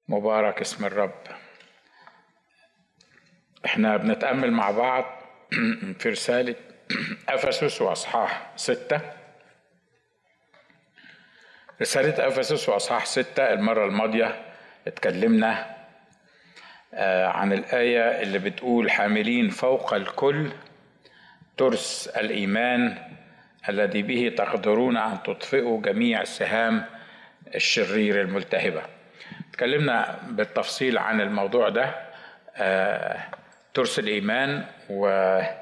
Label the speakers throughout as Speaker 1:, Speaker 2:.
Speaker 1: مبارك اسم الرب. احنا بنتأمل مع بعض في رسالة أفسس وأصحاح 6. رسالة أفسس وأصحاح 6 المرة الماضية اتكلمنا عن الآية اللي بتقول حاملين فوق الكل ترس الإيمان الذي به تقدرون أن تطفئوا جميع سهام الشرير الملتهبة. اتكلمنا بالتفصيل عن الموضوع ده، ترس الإيمان، وقلنا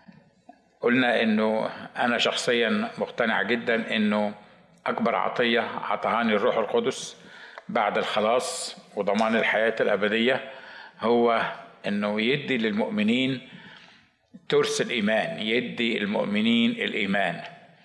Speaker 1: إنه أنا شخصيا مقتنع جدا إنه أكبر عطية عطاهاني الروح القدس بعد الخلاص وضمان الحياة الأبدية هو إنه يدي للمؤمنين ترس الإيمان، يدي المؤمنين الإيمان.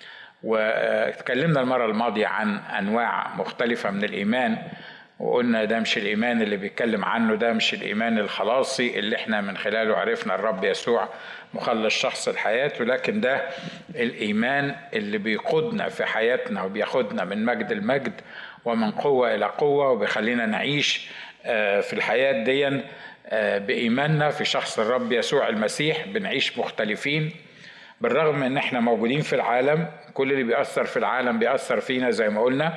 Speaker 1: واتكلمنا المرة الماضية عن أنواع مختلفة من الإيمان، وقلنا ده مش الإيمان اللي بيتكلم عنه، ده مش الإيمان الخلاصي اللي احنا من خلاله عرفنا الرب يسوع مخلص شخص الحياة، ولكن ده الإيمان اللي بيقودنا في حياتنا وبياخدنا من مجد المجد ومن قوة إلى قوة، وبيخلينا نعيش في الحياة دي بإيماننا في شخص الرب يسوع المسيح. بنعيش مختلفين بالرغم من ان احنا موجودين في العالم، كل اللي بيأثر في العالم بيأثر فينا زي ما قلنا،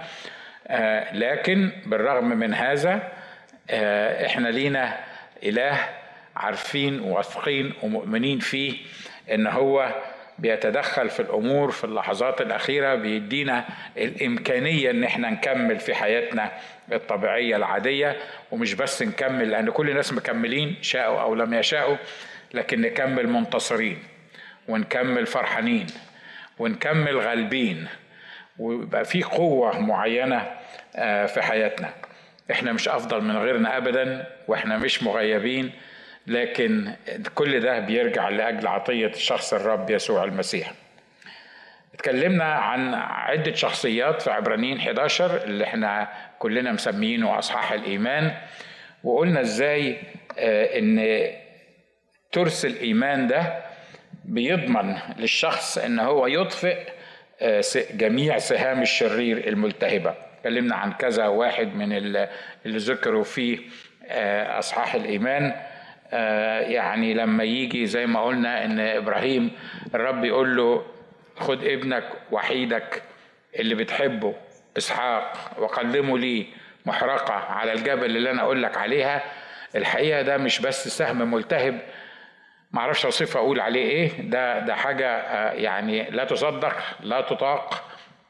Speaker 1: لكن بالرغم من هذا احنا لينا إله عارفين وواثقين ومؤمنين فيه ان هو بيتدخل في الأمور في اللحظات الأخيرة، بيدينا الإمكانية ان احنا نكمل في حياتنا الطبيعية العادية، ومش بس نكمل لأن كل الناس مكملين شاءوا أو لم يشاءوا، لكن نكمل منتصرين ونكمل فرحانين ونكمل غالبين، ويبقى في قوة معينة في حياتنا. احنا مش أفضل من غيرنا أبدا، واحنا مش مغيبين، لكن كل ده بيرجع لأجل عطية الشخص الرب يسوع المسيح. اتكلمنا عن عدة شخصيات في عبرانيين 11 اللي احنا كلنا مسميينه أصحاح الإيمان، وقلنا ازاي ان ترس الإيمان ده بيضمن للشخص ان هو يطفئ جميع سهام الشرير الملتهبة. اتكلمنا عن كذا واحد من اللي ذكروا في أصحاح الإيمان. يعني لما يجي زي ما قلنا ان إبراهيم الرب يقول له خد ابنك وحيدك اللي بتحبه إسحاق وقدمه لي محرقة على الجبل اللي أنا أقول لك عليها. الحقيقة ده مش بس سهم ملتهب، معرفش أوصف أقول عليه إيه، ده حاجة يعني لا تصدق لا تطاق،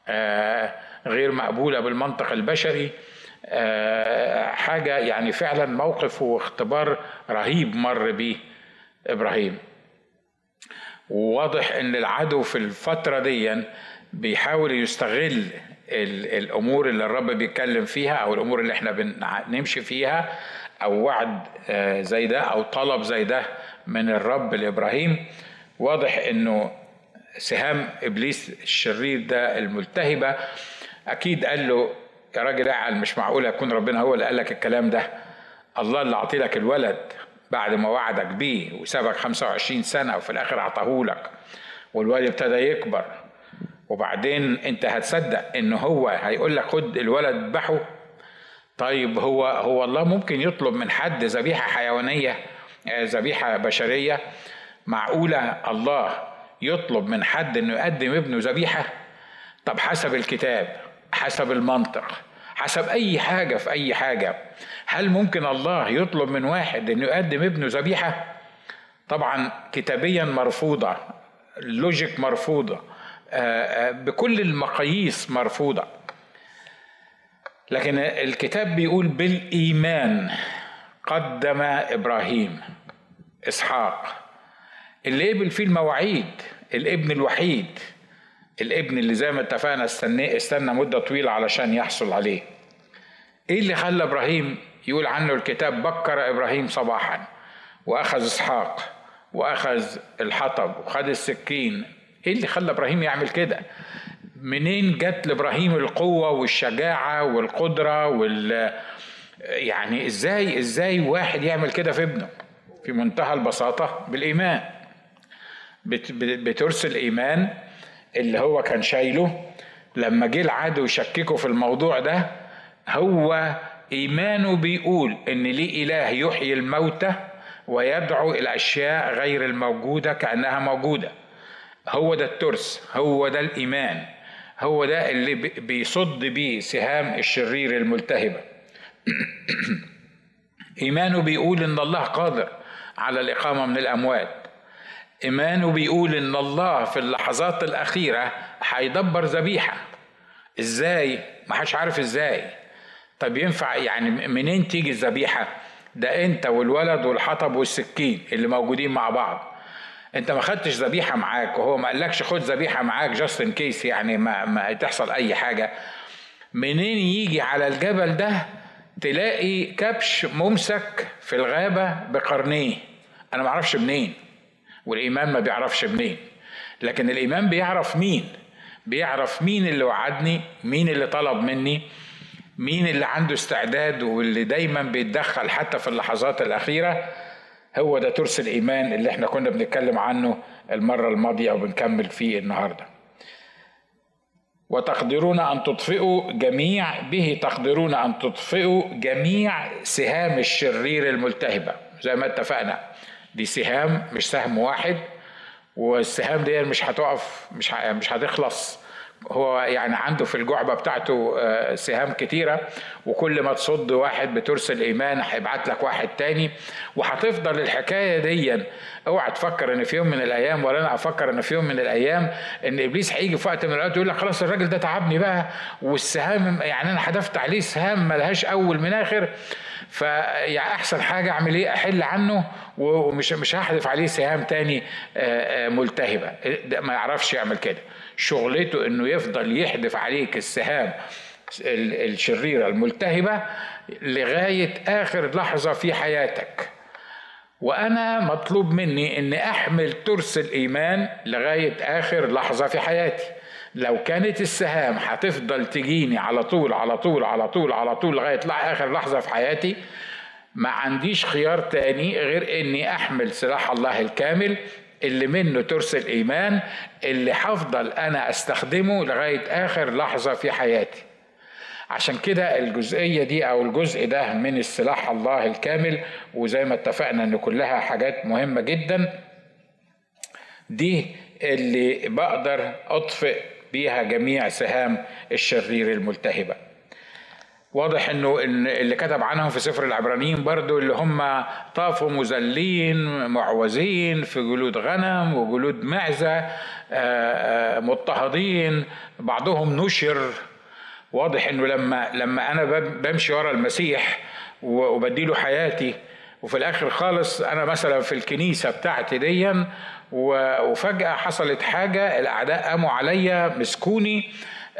Speaker 1: غير مقبولة بالمنطق البشري، حاجة يعني فعلا موقف واختبار رهيب مر بيه إبراهيم. وواضح ان العدو في الفترة دي بيحاول يستغل الامور اللي الرب بيتكلم فيها او الامور اللي احنا بنمشي فيها، او وعد زي ده او طلب زي ده من الرب لابراهيم. واضح انه سهام ابليس الشرير ده الملتهبة اكيد قال له يا راجل اعقل، مش معقول يكون ربنا هو اللي قال لك الكلام ده، الله اللي عطي لك الولد بعد ما وعدك بيه وسابك 25 سنة وفي الآخر عطاهولك، والولد ابتدى يكبر، وبعدين انت هتصدق ان هو هيقول لك خد الولد اذبحه؟ طيب هو الله ممكن يطلب من حد ذبيحة حيوانية، ذبيحة بشرية؟ معقولة الله يطلب من حد انه يقدم ابنه ذبيحة؟ طب حسب الكتاب، حسب المنطق، حسب أي حاجة في أي حاجة، هل ممكن الله يطلب من واحد إنه يقدم ابنه ذبيحة؟ طبعا كتابيا مرفوضة، لوجيك مرفوضة، بكل المقاييس مرفوضة. لكن الكتاب بيقول بالإيمان قدم إبراهيم إسحاق اللي قبل فيه المواعيد، الابن الوحيد، الابن اللي زي ما اتفقنا استنى مدة طويلة علشان يحصل عليه. ايه اللي خلى ابراهيم يقول عنه الكتاب بكر ابراهيم صباحا واخذ اسحاق واخذ الحطب وخد السكين؟ ايه اللي خلى ابراهيم يعمل كده؟ منين جت لابراهيم القوة والشجاعة والقدرة يعني ازاي واحد يعمل كده في ابنه؟ في منتهى البساطة بالإيمان، بترسل الإيمان اللي هو كان شايله. لما جه العدو يشككه في الموضوع ده، هو إيمانه بيقول إن ليه إله يحيي الموتى ويدعو إلى أشياء غير الموجودة كأنها موجودة. هو ده الترس، هو ده الإيمان، هو ده اللي بيصد بيه سهام الشرير الملتهبة. إيمانه بيقول إن الله قادر على الإقامة من الأموات. إيمانه بيقول إن الله في اللحظات الأخيرة هيدبر ذبيحة. إزاي؟ ما حدش عارف إزاي. طب ينفع يعني منين تيجي الذبيحة؟ ده أنت والولد والحطب والسكين اللي موجودين مع بعض. أنت ما خدتش ذبيحة معاك، وهو ما قالكش خد ذبيحة معاك جاست ان كيس، يعني ما تحصل أي حاجة. منين يجي على الجبل ده تلاقي كبش ممسك في الغابة بقرنيه؟ أنا ما أعرفش منين، والإيمان ما بيعرفش منين، لكن الإيمان بيعرف مين. بيعرف مين اللي وعدني، مين اللي طلب مني، مين اللي عنده استعداد واللي دايما بيتدخل حتى في اللحظات الأخيرة. هو ده ترس الإيمان اللي احنا كنا بنتكلم عنه المرة الماضية وبنكمل فيه النهاردة. وتقدرون أن تطفئوا جميع سهام الشرير الملتهبة. زي ما اتفقنا، دي سهام مش سهم واحد، والسهام دي مش هتقف، مش هتخلص. هو يعني عنده في الجعبة بتاعته سهام كتيرة، وكل ما تصد واحد بترس الإيمان هيبعت لك واحد تاني، وهتفضل الحكاية دي. اوعى تفكر ان في يوم من الأيام، ولا أنا أفكر ان في يوم من الأيام ان إبليس هيجي في وقت من الأوقات يقول لك خلاص الراجل ده تعبني بقى، والسهام يعني أنا حدفت عليه سهام ملهاش أول من آخر، فيعني أحسن حاجة أعمل إيه؟ أحل عنه ومش هحذف عليه سهام تاني ملتهبة. ما يعرفش يعمل كده. شغلته انه يفضل يحدف عليك السهام الشريرة الملتهبة لغاية آخر لحظة في حياتك. وأنا مطلوب مني أني أحمل ترس الإيمان لغاية آخر لحظة في حياتي. لو كانت السهام هتفضل تجيني على طول على طول على طول على طول لغاية آخر لحظة في حياتي، ما عنديش خيار تاني غير أني أحمل سلاح الله الكامل اللي منه ترس الإيمان، اللي هفضل أنا أستخدمه لغاية آخر لحظة في حياتي. عشان كده الجزئية دي أو الجزء ده من السلاح الله الكامل، وزي ما اتفقنا أن كلها حاجات مهمة جدا، دي اللي بقدر أطفئ بيها جميع سهام الشرير الملتهبة. واضح انه اللي كتب عنهم في سفر العبرانيين برضو اللي هم طافوا مذلين معوزين في جلود غنم وجلود معزة، مضطهدين، بعضهم نشر. واضح انه لما انا بمشي ورا المسيح وبديله حياتي، وفي الاخر خالص انا مثلا في الكنيسة بتاعتي ديا وفجأة حصلت حاجة، الاعداء قاموا عليا مسكوني،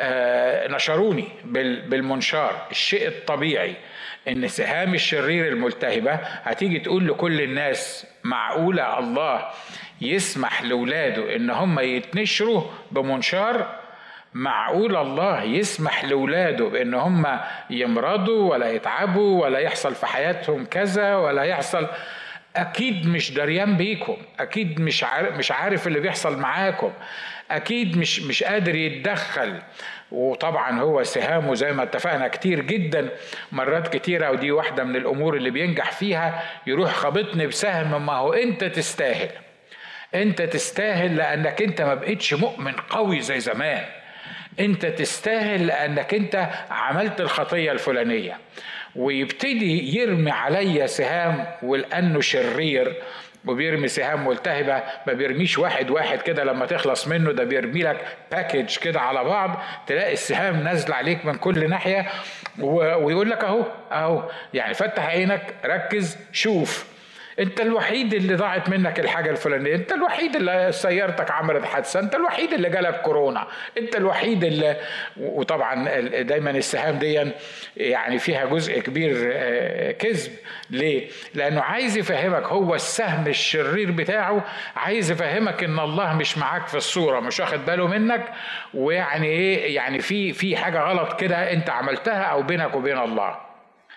Speaker 1: نشروني بالمنشار. الشيء الطبيعي ان سهام الشرير الملتهبة هتيجي تقول لكل الناس معقولة الله يسمح لولاده ان هم يتنشروا بمنشار؟ معقول الله يسمح لولاده بان هم يمرضوا ولا يتعبوا ولا يحصل في كذا ولا يحصل؟ اكيد مش دريان بيكم، اكيد مش عارف اللي بيحصل معاكم، اكيد مش قادر يتدخل. وطبعا هو سهامه زي ما اتفقنا كتير جدا، مرات كتيرة، ودي واحدة من الامور اللي بينجح فيها، يروح خبطني بسهم. ما هو انت تستاهل، انت تستاهل لانك انت ما بقيتش مؤمن قوي زي زمان، انت تستاهل لانك انت عملت الخطية الفلانية. ويبتدي يرمي عليا سهام، ولأنه شرير وبيرمي سهام ملتهبة، ما بيرميش واحد واحد كده لما تخلص منه، ده بيرمي لك باكيج كده على بعض، تلاقي السهام نازلة عليك من كل ناحية، ويقول لك اهو يعني فتح عينك، ركز، شوف، انت الوحيد اللي ضاعت منك الحاجة الفلانية، انت الوحيد اللي سيارتك عملت حادثة، انت الوحيد اللي جالك كورونا، انت الوحيد اللي. وطبعا دايما السهام دي يعني فيها جزء كبير كذب. ليه؟ لانه عايز يفهمك، هو السهم الشرير بتاعه عايز يفهمك ان الله مش معاك في الصورة، مش واخد باله منك، ويعني ايه، يعني في حاجة غلط كده انت عملتها او بينك وبين الله.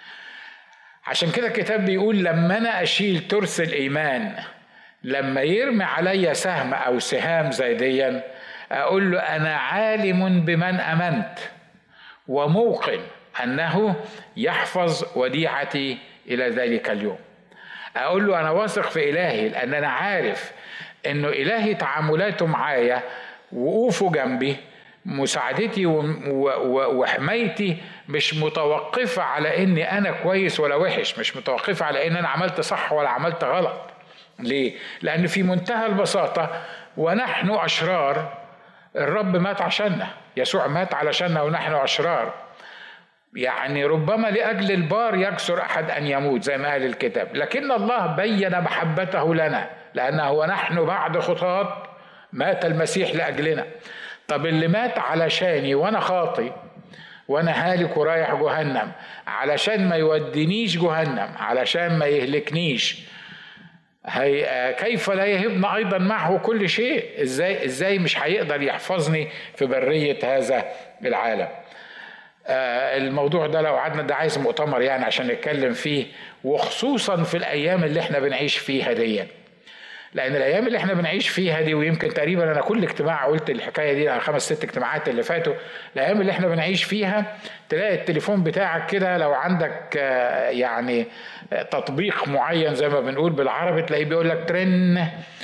Speaker 1: عشان كده الكتاب بيقول لما أنا أشيل ترس الإيمان، لما يرمي علي سهم أو سهام زي ديا، أقول له أنا عالم بمن أمنت وموقن. أنه يحفظ وديعتي إلى ذلك اليوم. أقول له أنا واثق في إلهي، لأن أنا عارف أنه إلهي تعاملاته معايا، وقوفه جنبي، مساعدتي وحمايتي مش متوقفة على أني أنا كويس ولا وحش، مش متوقفة على أن أنا عملت صح ولا عملت غلط. ليه؟ لأن في منتهى البساطة ونحن أشرار الرب مات عشاننا، يسوع مات علشاننا ونحن أشرار. يعني ربما لأجل البار يكسر أحد أن يموت زي ما قال الكتاب، لكن الله بين محبته لنا لأنه ونحن بعد خطاة مات المسيح لأجلنا. طب اللي مات علشاني وأنا خاطي وأنا هالك ورايح جهنم، علشان ما يودينيش جهنم، علشان ما يهلكنيش، كيف لا يهبنا أيضا معه كل شيء؟ إزاي مش هيقدر يحفظني في برية هذا العالم؟ الموضوع ده لو قعدنا ده عايز مؤتمر يعني عشان نتكلم فيه، وخصوصا في الأيام اللي احنا بنعيش فيها دي. لأن الأيام اللي احنا بنعيش فيها دي، ويمكن تقريبا أنا كل اجتماع قلت الحكاية دي على 5-6 اجتماعات اللي فاتوا، الأيام اللي احنا بنعيش فيها تلاقي التليفون بتاعك كده لو عندك يعني تطبيق معين زي ما بنقول بالعربي، تلاقيه بيقول لك ترن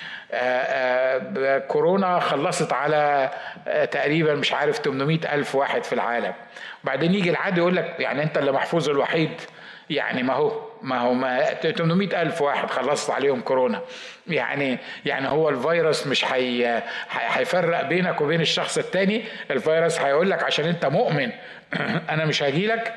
Speaker 1: كورونا خلصت على تقريبا مش عارف 800,000 واحد في العالم. وبعدين يجي العادي يقول لك يعني انت اللي محفوظ الوحيد، يعني ما هو 800,000 واحد خلصت عليهم كورونا. يعني هو الفيروس مش هيفرق بينك وبين الشخص التاني. الفيروس هيقول لك عشان انت مؤمن انا مش هجيلك.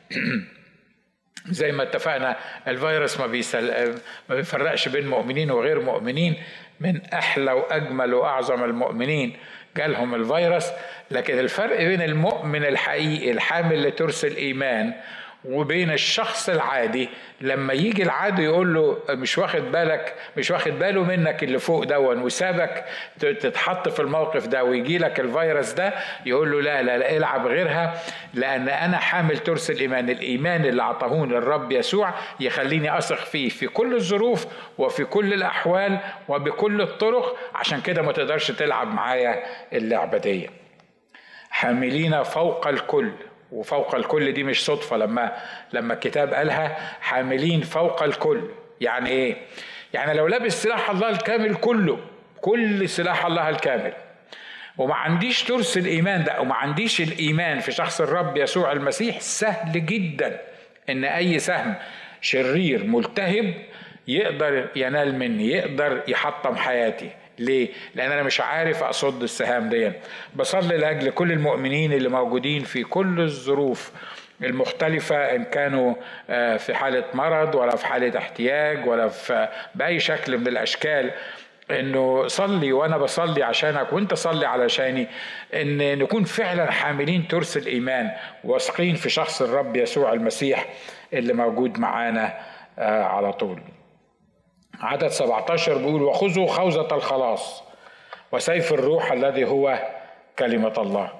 Speaker 1: زي ما اتفقنا الفيروس ما بيفرقش بين مؤمنين وغير مؤمنين، من احلى واجمل واعظم المؤمنين جالهم الفيروس. لكن الفرق بين المؤمن الحقيقي الحامل لترس الايمان وبين الشخص العادي، لما يجي العادي يقول له مش واخد باله منك اللي فوق دون وسابك تتحط في الموقف ده ويجي لك الفيروس ده، يقول له لا العب غيرها، لأن أنا حامل ترس الإيمان اللي عطاهوني الرب يسوع يخليني أثق فيه في كل الظروف وفي كل الأحوال وبكل الطرق. عشان كده ما تقدرش تلعب معايا اللعبة دي. حاملين فوق الكل، وفوق الكل دي مش صدفة لما الكتاب قالها حاملين فوق الكل. يعني ايه؟ يعني لو لابس سلاح الله الكامل كله، كل سلاح الله الكامل، وما عنديش ترس الإيمان ده وما عنديش الإيمان في شخص الرب يسوع المسيح، سهل جدا ان اي سهم شرير ملتهب يقدر ينال مني، يقدر يحطم حياتي. ليه؟ لأن أنا مش عارف أصد السهام دي. بصلي لأجل كل المؤمنين اللي موجودين في كل الظروف المختلفة، إن كانوا في حالة مرض ولا في حالة احتياج ولا بأي شكل من الأشكال، إنه صلي وأنا بصلي عشانك وإنت صلي علشاني، إن نكون فعلا حاملين ترس الإيمان واثقين في شخص الرب يسوع المسيح اللي موجود معانا على طول. عدد 17 بيقول وخذوا خوذة الخلاص وسيف الروح الذي هو كلمة الله.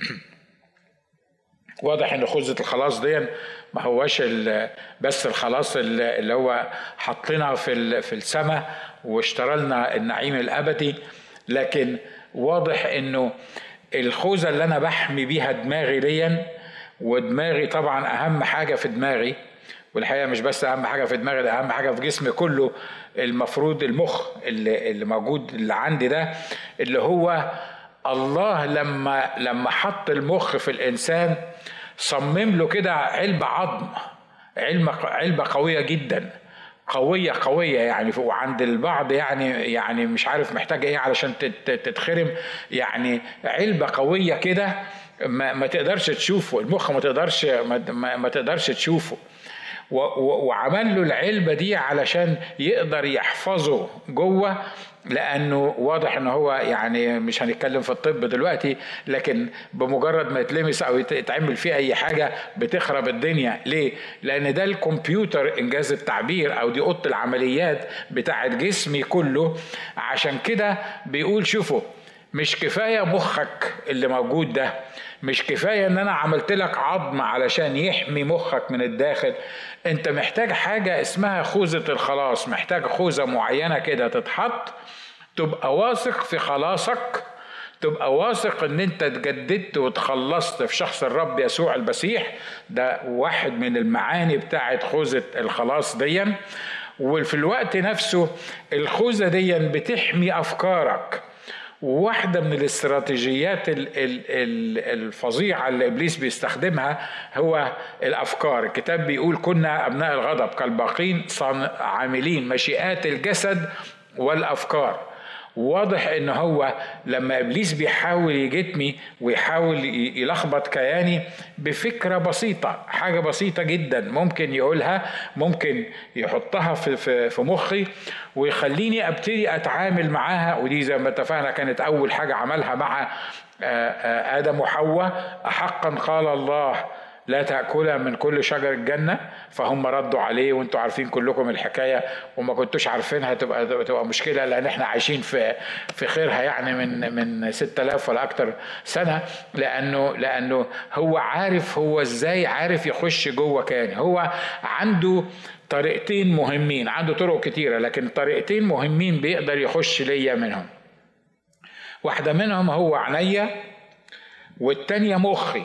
Speaker 1: واضح ان خوذة الخلاص دي ما هوش بس الخلاص اللي هو حطنا في السماء واشترى لنا النعيم الابدي، لكن واضح انه الخوذة اللي انا بحمي بيها دماغي دي، ودماغي طبعا اهم حاجة في دماغي، والحقيقة مش بس أهم حاجة في دماغي، ده أهم حاجة في جسمي كله. المفروض المخ اللي موجود اللي عندي ده، اللي هو الله لما حط المخ في الإنسان صمم له كده علبة عظم، علبة قوية جدا، قوية يعني. وعند البعض يعني مش عارف محتاجة ايه علشان تتخرم، يعني علبة قوية كده ما تقدرش تشوفه، المخ ما تقدرش تشوفه. وعمل له العلبة دي علشان يقدر يحفظه جوه، لأنه واضح أنه هو يعني مش هنتكلم في الطب دلوقتي، لكن بمجرد ما يتلمس أو يتعمل فيه أي حاجة بتخرب الدنيا. ليه؟ لأن ده الكمبيوتر إنجاز التعبير، أو دي أوضة العمليات بتاعت جسمي كله. عشان كده بيقول شوفوا، مش كفاية مخك اللي موجود ده، مش كفاية ان انا عملت لك عظم علشان يحمي مخك من الداخل، انت محتاج حاجة اسمها خوذة الخلاص، محتاج خوذة معينة كده تتحط، تبقى واثق في خلاصك، تبقى واثق ان انت اتجددت وتخلصت في شخص الرب يسوع المسيح. ده واحد من المعاني بتاعت خوذة الخلاص ديا. وفي الوقت نفسه الخوذة ديا بتحمي أفكارك. وواحدة من الاستراتيجيات الفظيعة اللي إبليس بيستخدمها هو الأفكار. الكتاب بيقول كنا أبناء الغضب كالباقين عاملين مشيئات الجسد والأفكار. واضح ان هو لما ابليس بيحاول يجتني ويحاول يلخبط كياني بفكرة بسيطة، حاجة بسيطة جدا ممكن يقولها، ممكن يحطها في مخي ويخليني ابتدي اتعامل معاها. ودي زي ما اتفقنا كانت اول حاجة عملها مع آدم وحواء. أحقا قال الله لا تأكلها من كل شجر الجنة، فهم ردوا عليه وانتوا عارفين كلكم الحكاية، وما كنتوش عارفينها تبقى مشكلة، لأن احنا عايشين في خيرها يعني من 6000 ولا أكتر سنة. لأنه هو عارف، هو ازاي عارف يخش جوه كياني. هو عنده طريقتين مهمين، عنده طرق كتيرة لكن طريقتين مهمين بيقدر يخش ليا منهم. واحدة منهم هو عينيا والتانية مخي.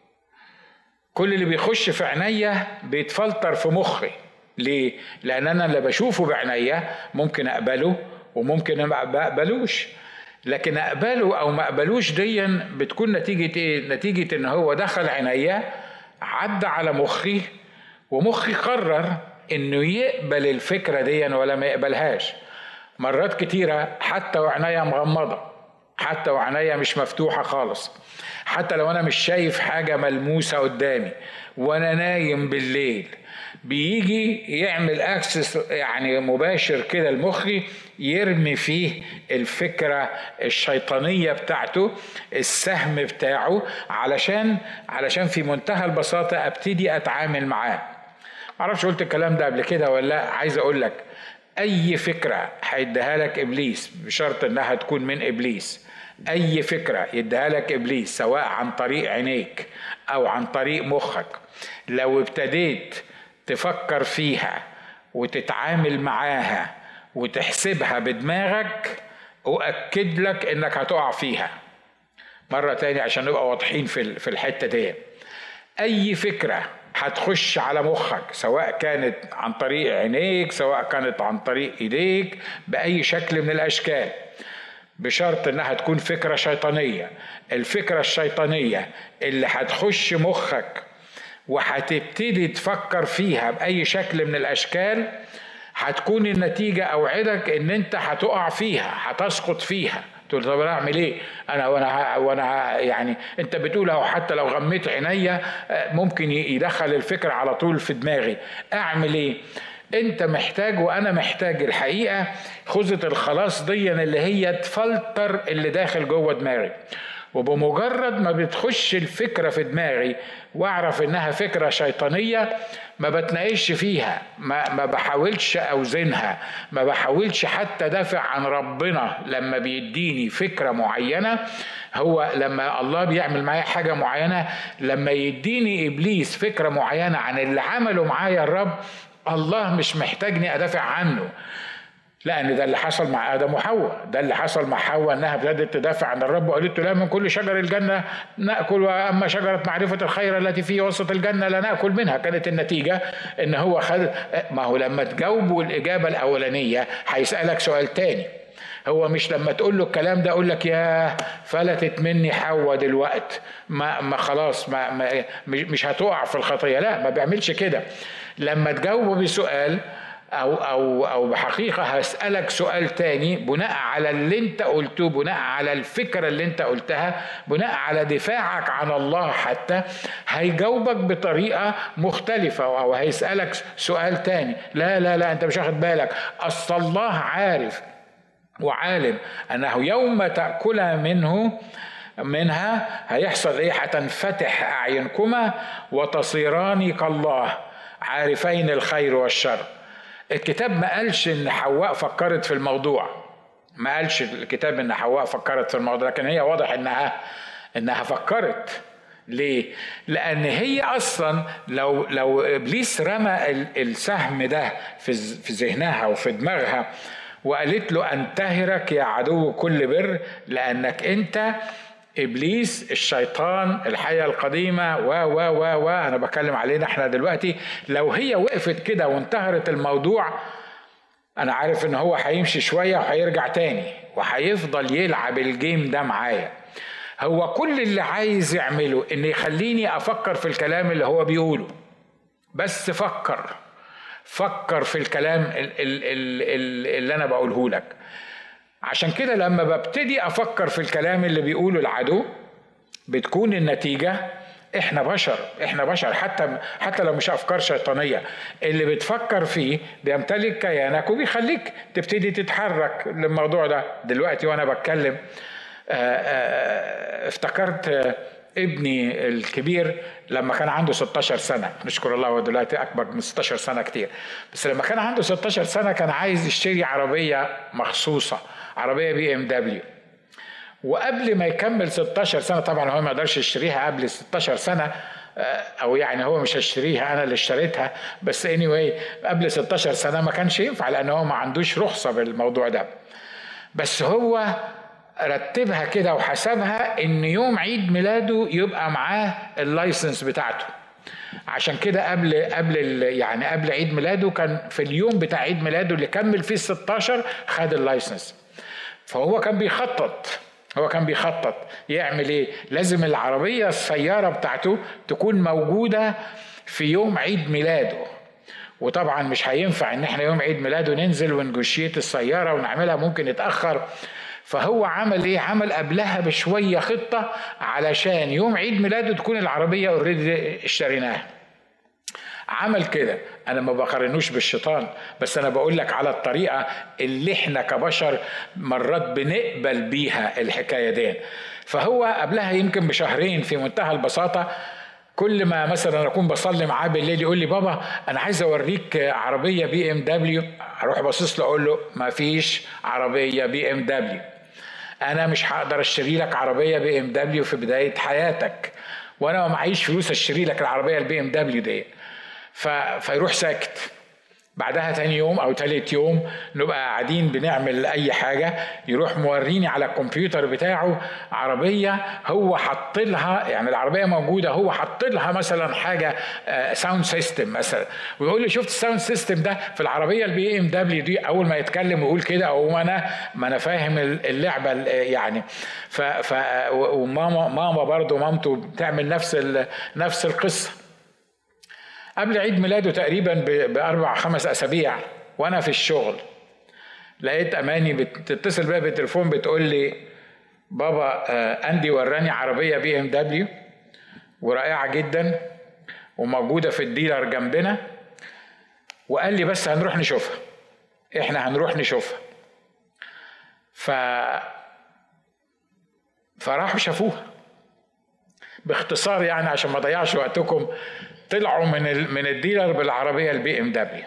Speaker 1: كل اللي بيخش في عينيا بيتفلتر في مخي. ليه؟ لأن أنا اللي بشوفه بعينيا ممكن أقبله وممكن ما أقبلوش، لكن أقبله أو ما أقبلوش ديا بتكون نتيجة إيه؟ نتيجة إن هو دخل عينيا عدى على مخي، ومخي قرر إنه يقبل الفكرة ديا ولا ما يقبلهاش. مرات كتيرة حتى وعينيا مغمضة، حتى وعينيا مش مفتوحة خالص، حتى لو أنا مش شايف حاجة ملموسة قدامي وأنا نايم بالليل، بيجي يعمل أكسس يعني مباشر كده لمخي، يرمي فيه الفكرة الشيطانية بتاعته، السهم بتاعه، علشان في منتهى البساطة أبتدي أتعامل معاه. معرفش قلت الكلام ده قبل كده ولا لا. عايز أقول لك أي فكرة هيديها لك إبليس بشرط إنها تكون من إبليس. أي فكرة يديها لك إبليس سواء عن طريق عينيك أو عن طريق مخك، لو ابتديت تفكر فيها وتتعامل معاها وتحسبها بدماغك، أؤكد لك إنك هتقع فيها. مرة تاني عشان نبقى واضحين في الحتة دي. أي فكرة هتخش على مخك سواء كانت عن طريق عينيك سواء كانت عن طريق ايديك بأي شكل من الأشكال، بشرط انها تكون فكرة شيطانية. الفكرة الشيطانية اللي هتخش مخك وهتبتدي تفكر فيها بأي شكل من الأشكال هتكون النتيجة أوعدك ان انت هتقع فيها، هتسقط فيها. تقول طب انا اعمل ايه؟ وانا يعني انت بتقول اهو حتى لو غميت عينيا ممكن يدخل الفكره على طول في دماغي. اعمل ايه؟ انت محتاج وانا محتاج الحقيقه خوذة الخلاص دي اللي هي تفلتر اللي داخل جوه دماغي. وبمجرد ما بتخش الفكرة في دماغي واعرف انها فكرة شيطانية، ما بتناقش فيها، ما بحاولش اوزنها، ما بحاولش حتى دافع عن ربنا لما بيديني فكرة معينة. هو لما الله بيعمل معايا حاجة معينة، لما يديني إبليس فكرة معينة عن اللي عمله معايا الرب، الله مش محتاجني أدافع عنه، لأن ده اللي حصل مع آدم وحواء. ده اللي حصل مع حواء، أنها ابتدت تدافع عن الرب وقالت له لا من كل شجر الجنة نأكل، وأما شجرة معرفة الخير التي في وسط الجنة لا نأكل منها. كانت النتيجة إن هو خد. ما هو لما تجاوبه الإجابة الأولانية هيسألك سؤال تاني. هو مش لما تقول له الكلام ده يقول لك يا فلتت مني حواء دلوقت ما خلاص مش هتقع في الخطية. لا، ما بيعملش كده. لما تجاوبه بسؤال أو بحقيقة هسألك سؤال تاني بناء على اللي انت قلته، بناء على الفكرة اللي انت قلتها، بناء على دفاعك عن الله، حتى هيجاوبك بطريقة مختلفة أو هيسألك سؤال تاني. لا لا لا، انت مش واخد بالك، أصل الله عارف وعالم أنه يوم تأكلها منها هيحصل إيه؟ هتنفتح أعينكما وتصيران كالله عارفين الخير والشر. الكتاب ما قالش ان حواء فكرت في الموضوع، ما قالش الكتاب ان حواء فكرت في الموضوع، لكن هي واضح انها فكرت. ليه؟ لان هي اصلا لو ابليس رمى السهم ده في ذهنها وفي دماغها وقالت له انتهرك يا عدو كل بر، لانك انت ابليس الشيطان الحية القديمة و انا بكلم علينا احنا دلوقتي. لو هي وقفت كده وانتهرت الموضوع، انا عارف ان هو هيمشي شوية وهيرجع تاني وهيفضل يلعب الجيم ده معايا. هو كل اللي عايز يعمله ان يخليني افكر في الكلام اللي هو بيقوله، بس فكر في الكلام اللي انا بقوله لك. عشان كده لما ببتدي افكر في الكلام اللي بيقوله العدو، بتكون النتيجة احنا بشر حتى لو مش افكار شيطانية، اللي بتفكر فيه بيمتلك كيانك وبيخليك تبتدي تتحرك للموضوع ده. دلوقتي وانا بتكلم افتكرت ابني الكبير لما كان عنده 16 سنة، نشكر الله هو دلوقتي أكبر من 16 سنة كتير، بس لما كان عنده 16 سنة كان عايز يشتري عربية مخصوصة، عربية BMW. وقبل ما يكمل 16 سنة، طبعا هو ما قدرش يشتريها قبل 16 سنة، أو يعني هو مش هيشتريها، أنا اللي اشتريتها، بس anyway قبل 16 سنة ما كانش ينفع لأن هو ما عندوش رخصة بالموضوع ده. بس هو رتبها كده وحسبها ان يوم عيد ميلاده يبقى معاه اللايسنس بتاعته. عشان كده قبل عيد ميلاده، كان في اليوم بتاع عيد ميلاده اللي كمل فيه 16 خد اللايسنس. فهو كان بيخطط يعمل ايه؟ لازم العربية السيارة بتاعته تكون موجودة في يوم عيد ميلاده. وطبعا مش هينفع ان احنا يوم عيد ميلاده ننزل ونجوشيت السيارة ونعملها، ممكن نتأخر. فهو عمل ايه؟ عمل قبلها بشوية خطة علشان يوم عيد ميلاده تكون العربية اوريدي اشتريناها. عمل كده. انا ما بقارنوش بالشيطان، بس انا بقول لك على الطريقة اللي احنا كبشر مرات بنقبل بيها الحكاية دي. فهو قبلها يمكن بشهرين في منتهى البساطة، كل ما مثلا اكون بصلي معاه بالليل يقول لي بابا انا عايز اوريك عربيه BMW، اروح باصص له اقول له ما فيش عربيه BMW، انا مش هقدر اشتري لك عربيه BMW في بدايه حياتك، وانا ما معيش فلوس اشتري لك العربيه BMW دي. فيروح ساكت. بعدها تاني يوم او تالت يوم نبقى قاعدين بنعمل اي حاجة، يروح موريني على الكمبيوتر بتاعه عربية هو حط لها، يعني العربية موجودة هو حط لها مثلا حاجة ساوند سيستم مثلا، ويقول لي شفت الساوند سيستم ده في العربية BMW دي. اول ما يتكلم ويقول كده او ما انا فاهم اللعبة يعني. وماما برضو مامته بتعمل نفس القصة. قبل عيد ميلاده تقريبا ب4-5 أسابيع وانا في الشغل، لقيت اماني بتتصل بيا بالتليفون بتقول لي بابا اندي وراني عربيه BMW ورائعه جدا وموجوده في الديلر جنبنا، وقال لي بس هنروح نشوفها، احنا هنروح نشوفها. فراحوا شافوها. باختصار يعني عشان ما اضيعش وقتكم، طلعوا من الديلر بالعربيه BMW.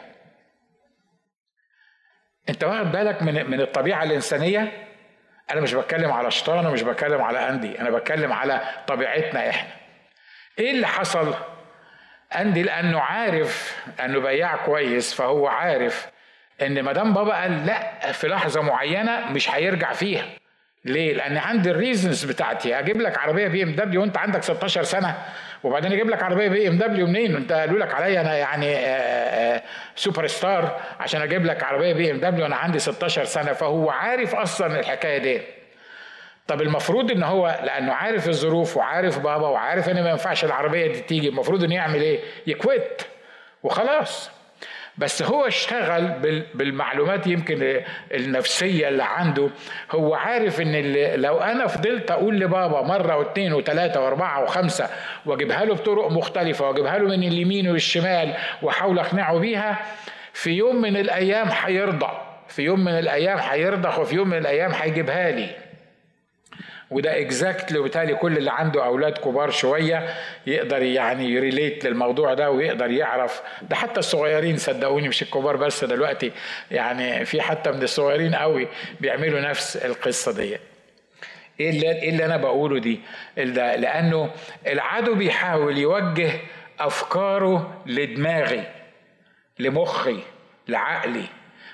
Speaker 1: انت واخد بالك من الطبيعه الانسانيه؟ انا مش بتكلم على شيطان ومش بتكلم على اندي، انا بتكلم على طبيعتنا احنا. ايه اللي حصل؟ اندي لانه عارف انه بياع كويس، فهو عارف ان مدام بابا قال لا في لحظه معينه مش هيرجع فيها. ليه؟ لان عندي الريزنز بتاعتي. اجيب لك عربيه BMW وانت عندك 16 سنه، وبعدين اجيب لك عربيه BMW منين؟ انت قالوا لك عليا انا يعني سوبر ستار عشان اجيب لك عربيه BMW وانا عندي 16 سنه. فهو عارف اصلا الحكايه دي. طب المفروض ان هو لانه عارف الظروف وعارف بابا وعارف ان ما ينفعش العربيه دي تيجي، المفروض انه يعمل ايه؟ يكويت وخلاص. بس هو اشتغل بالمعلومات يمكن النفسية اللي عنده. هو عارف ان لو انا فضلت اقول لبابا مرة واثنين وثلاثة واربعة وخمسة واجيبها له بطرق مختلفة واجيبها له من اليمين والشمال واحاول اقنعه بيها، في يوم من الايام هيرضى، في يوم من الايام هيرضى، وفي يوم من الايام هيجيبها لي. وده اكزاكتلي. وبالتالي كل اللي عنده اولاد كبار شويه يقدر يعني يريليت للموضوع ده ويقدر يعرف ده. حتى الصغيرين صدقوني، مش الكبار بس، دلوقتي يعني في حتى من الصغيرين قوي بيعملوا نفس القصه دي. ايه اللي انا بقوله دي؟ لانه العدو بيحاول يوجه افكاره لدماغي، لمخي، لعقلي،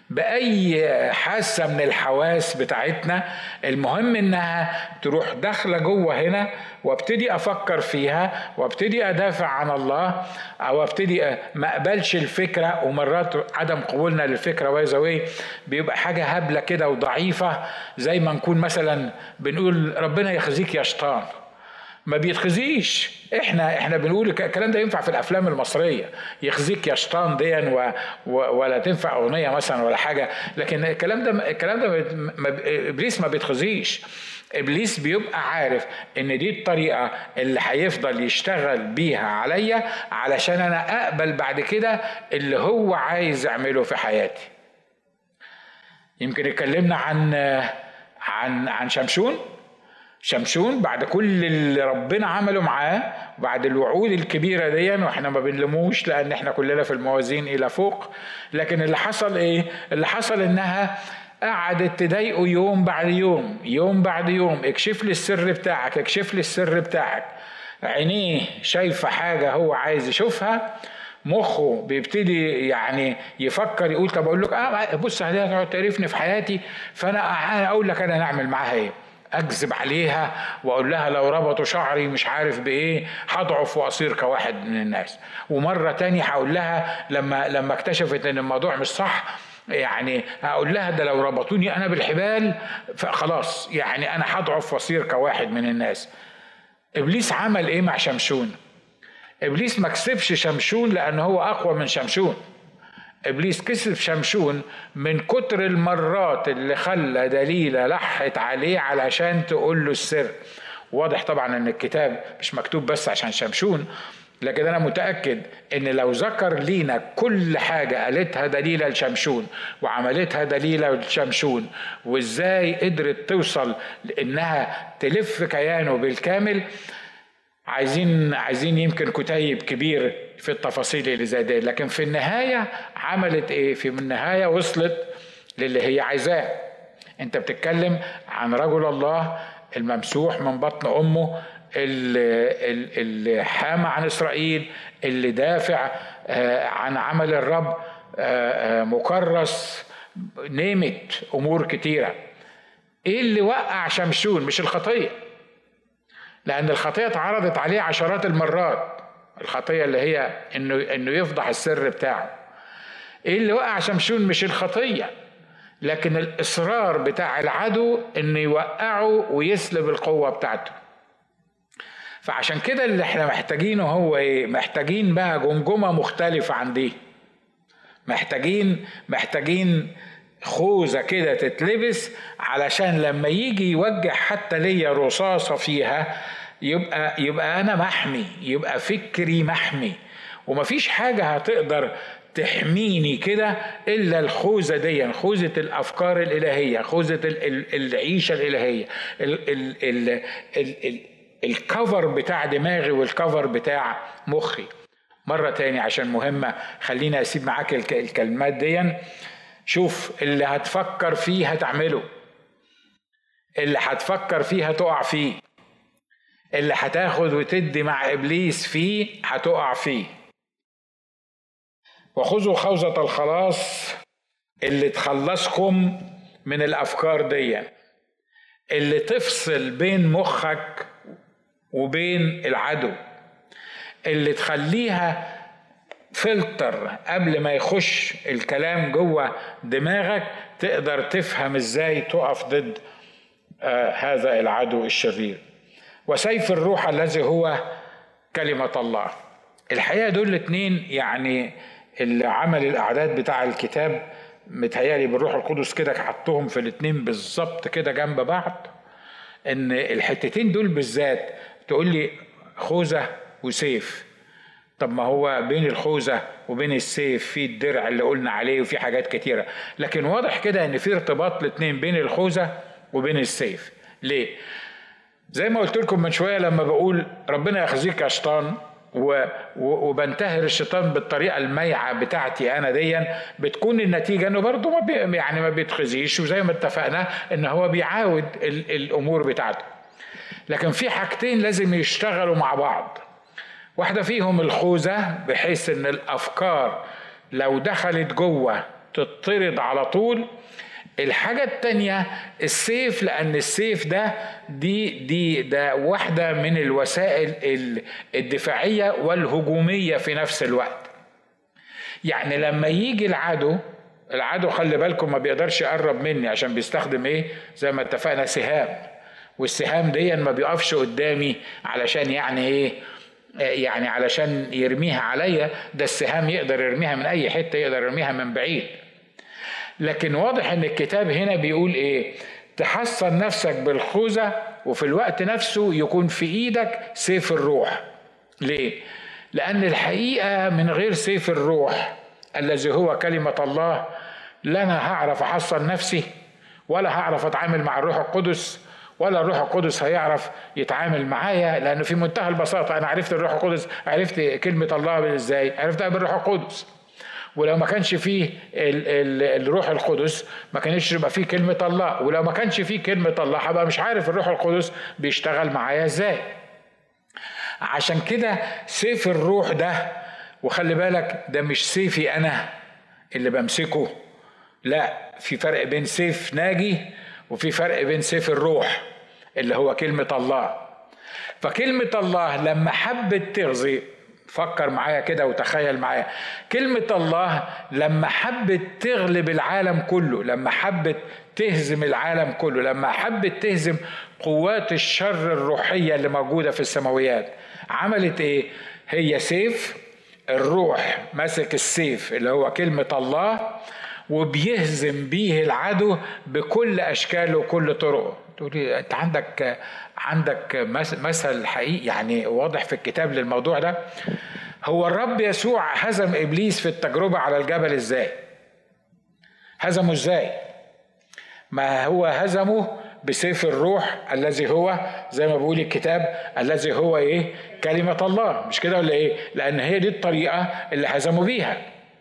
Speaker 1: بأي حاسة من الحواس بتاعتنا، المهم انها تروح داخلة جوه هنا، وابتدي افكر فيها، وابتدي ادافع عن الله، او ابتدي ما اقبلش الفكرة. ومرات عدم قبولنا للفكرة واي بيبقى حاجة هبلة كده وضعيفة، زي ما نكون مثلا بنقول ربنا يخزيك يا شيطان، ما بيتخزيش. احنا بنقول الكلام ده ينفع في الافلام المصريه، يخزيك يا شيطان دي ولا تنفع اغنيه مثلا ولا حاجه. لكن الكلام ده ابليس ما بيتخزيش. ابليس بيبقى عارف ان دي الطريقه اللي هيفضل يشتغل بيها عليا علشان انا اقبل بعد كده اللي هو عايز يعمله في حياتي. يمكن اتكلمنا عن شمشون بعد كل اللي ربنا عمله معاه، بعد الوعود الكبيرة دي، واحنا ما بنلموش لان احنا كلنا في الموازين الى فوق. لكن اللي حصل ايه؟ اللي حصل انها قعدت تضايقه يوم بعد يوم بعد يوم، اكشف لي السر بتاعك، اكشف لي السر بتاعك. عينيه شايفة حاجة هو عايز يشوفها، مخه بيبتدي يعني يفكر، يقول طب اقول لك بص عليها تقعد تعرفني في حياتي، فانا اقول لك انا نعمل معاها ايه، اكذب عليها واقول لها لو ربطوا شعري مش عارف بايه هضعف واصير كواحد من الناس. ومره تاني هقول لها لما اكتشفت ان الموضوع مش صح، يعني هقول لها ده لو ربطوني انا بالحبال فخلاص يعني انا هضعف واصير كواحد من الناس. ابليس عمل ايه مع شمشون؟ ابليس ما كسبش شمشون لان هو اقوى من شمشون. ابليس كسب شمشون من كتر المرات اللي خلى دليلة لحت عليه علشان تقول له السر. واضح طبعا ان الكتاب مش مكتوب بس عشان شمشون، لكن انا متأكد ان لو ذكر لينا كل حاجة قالتها دليلة لشمشون وعملتها دليلة لشمشون وازاي قدرت توصل لانها تلف كيانه بالكامل، عايزين يمكن كتيب كبير في التفاصيل اللي زي دي. لكن في النهاية عملت ايه؟ في النهاية وصلت للي هي عايزاه. انت بتتكلم عن رجل الله الممسوح من بطن امه، اللي حامى عن اسرائيل، اللي دافع عن عمل الرب، مكرس، نيمت امور كتيرة. ايه اللي وقع شمشون؟ مش الخطية، لأن الخطية اتعرضت عليه عشرات المرات، الخطية اللي هي إنه يفضح السر بتاعه. إيه اللي وقع شمشون؟ مش الخطية، لكن الإصرار بتاع العدو إنه يوقعه ويسلب القوة بتاعته. فعشان كده اللي احنا محتاجينه هو إيه؟ محتاجين بقى جمجمة مختلفة عن دي. محتاجين خوذة كده تتلبس علشان لما يجي يوجه حتى ليا رصاصة فيها يبقى أنا محمي، يبقى فكري محمي. ومفيش حاجة هتقدر تحميني كده إلا الخوذة دي، خوذة الأفكار الإلهية، خوذة العيشة الإلهية، الكفر بتاع دماغي والكفر بتاع مخي. مرة تاني عشان مهمة، خليني أسيب معاك الكلمات دي. شوف، اللي هتفكر فيه هتعمله، اللي هتفكر فيه هتقع فيه، اللي هتاخد وتدي مع إبليس فيه هتقع فيه. وخذوا خوذة الخلاص اللي تخلصكم من الأفكار دي، اللي تفصل بين مخك وبين العدو، اللي تخليها فلتر قبل ما يخش الكلام جوه دماغك، تقدر تفهم ازاي تقف ضد هذا العدو الشرير. وسيف الروح الذي هو كلمة الله. الحقيقة دول الاثنين يعني اللي عمل الأعداد بتاع الكتاب متهيألي بالروح القدس كده حطهم في الاثنين بالظبط كده جنب بعض، ان الحتتين دول بالذات. تقول لي خوذة وسيف، طب ما هو بين الخوذة وبين السيف في الدرع اللي قلنا عليه وفي حاجات كتيرة، لكن واضح كده ان في ارتباط الاثنين بين الخوذة وبين السيف. ليه؟ زي ما قلت لكم من شوية لما بقول ربنا يخزيك يا شيطان وبنتهر الشيطان بالطريقة الميعة بتاعتي أنا دي، بتكون النتيجة أنه برضو ما بيتخزيش، وزي ما اتفقنا أنه هو بيعاود الأمور بتاعته. لكن في حاجتين لازم يشتغلوا مع بعض. واحدة فيهم الخوذة، بحيث أن الأفكار لو دخلت جوه تطرد على طول. الحاجة التانية السيف، لأن السيف ده واحدة من الوسائل الدفاعية والهجومية في نفس الوقت. يعني لما يجي العدو خلي بالكم ما بيقدرش يقرب مني، عشان بيستخدم ايه زي ما اتفقنا؟ سهام. والسهام دي ما بيقفش قدامي علشان يعني ايه، يعني علشان يرميها عليا. ده السهام يقدر يرميها من اي حتة، يقدر يرميها من بعيد. لكن واضح ان الكتاب هنا بيقول ايه؟ تحصن نفسك بالخوذة، وفي الوقت نفسه يكون في ايدك سيف الروح. ليه؟ لان الحقيقة من غير سيف الروح الذي هو كلمة الله لا انا هعرف احصن نفسي، ولا هعرف اتعامل مع الروح القدس، ولا الروح القدس هيعرف يتعامل معايا. لانه في منتهى البساطة انا عرفت الروح القدس، عرفت كلمة الله ازاي؟ عرفتها بالروح القدس. ولو ما كانش فيه الروح القدس ما كانش يبقى فيه كلمة الله، ولو ما كانش فيه كلمة الله هبقى مش عارف الروح القدس بيشتغل معايا ازاي. عشان كده سيف الروح ده، وخلي بالك ده مش سيفي انا اللي بمسكه، لا، في فرق بين سيف ناجي وفي فرق بين سيف الروح اللي هو كلمة الله. فكلمة الله لما حبت تغزي، فكر معايا كده وتخيل معايا، كلمة الله لما حبت تغلب العالم كله، لما حبت تهزم العالم كله، لما حبت تهزم قوات الشر الروحية اللي موجودة في السماويات، عملت ايه؟ هي سيف الروح، مسك السيف اللي هو كلمة الله وبيهزم بيه العدو بكل أشكاله وكل طرقه. تقولي أنت عندك مثل حقيقي يعني واضح في الكتاب للموضوع ده. هو الرب يسوع هزم إبليس في التجربة على الجبل إزاي؟ هزمه إزاي؟ ما هو هزمه بسيف الروح الذي هو زي ما بيقول الكتاب الذي هو ايه؟ كلمة الله. مش كده ولا ايه؟ لأن هي دي الطريقة اللي هزموا بيها.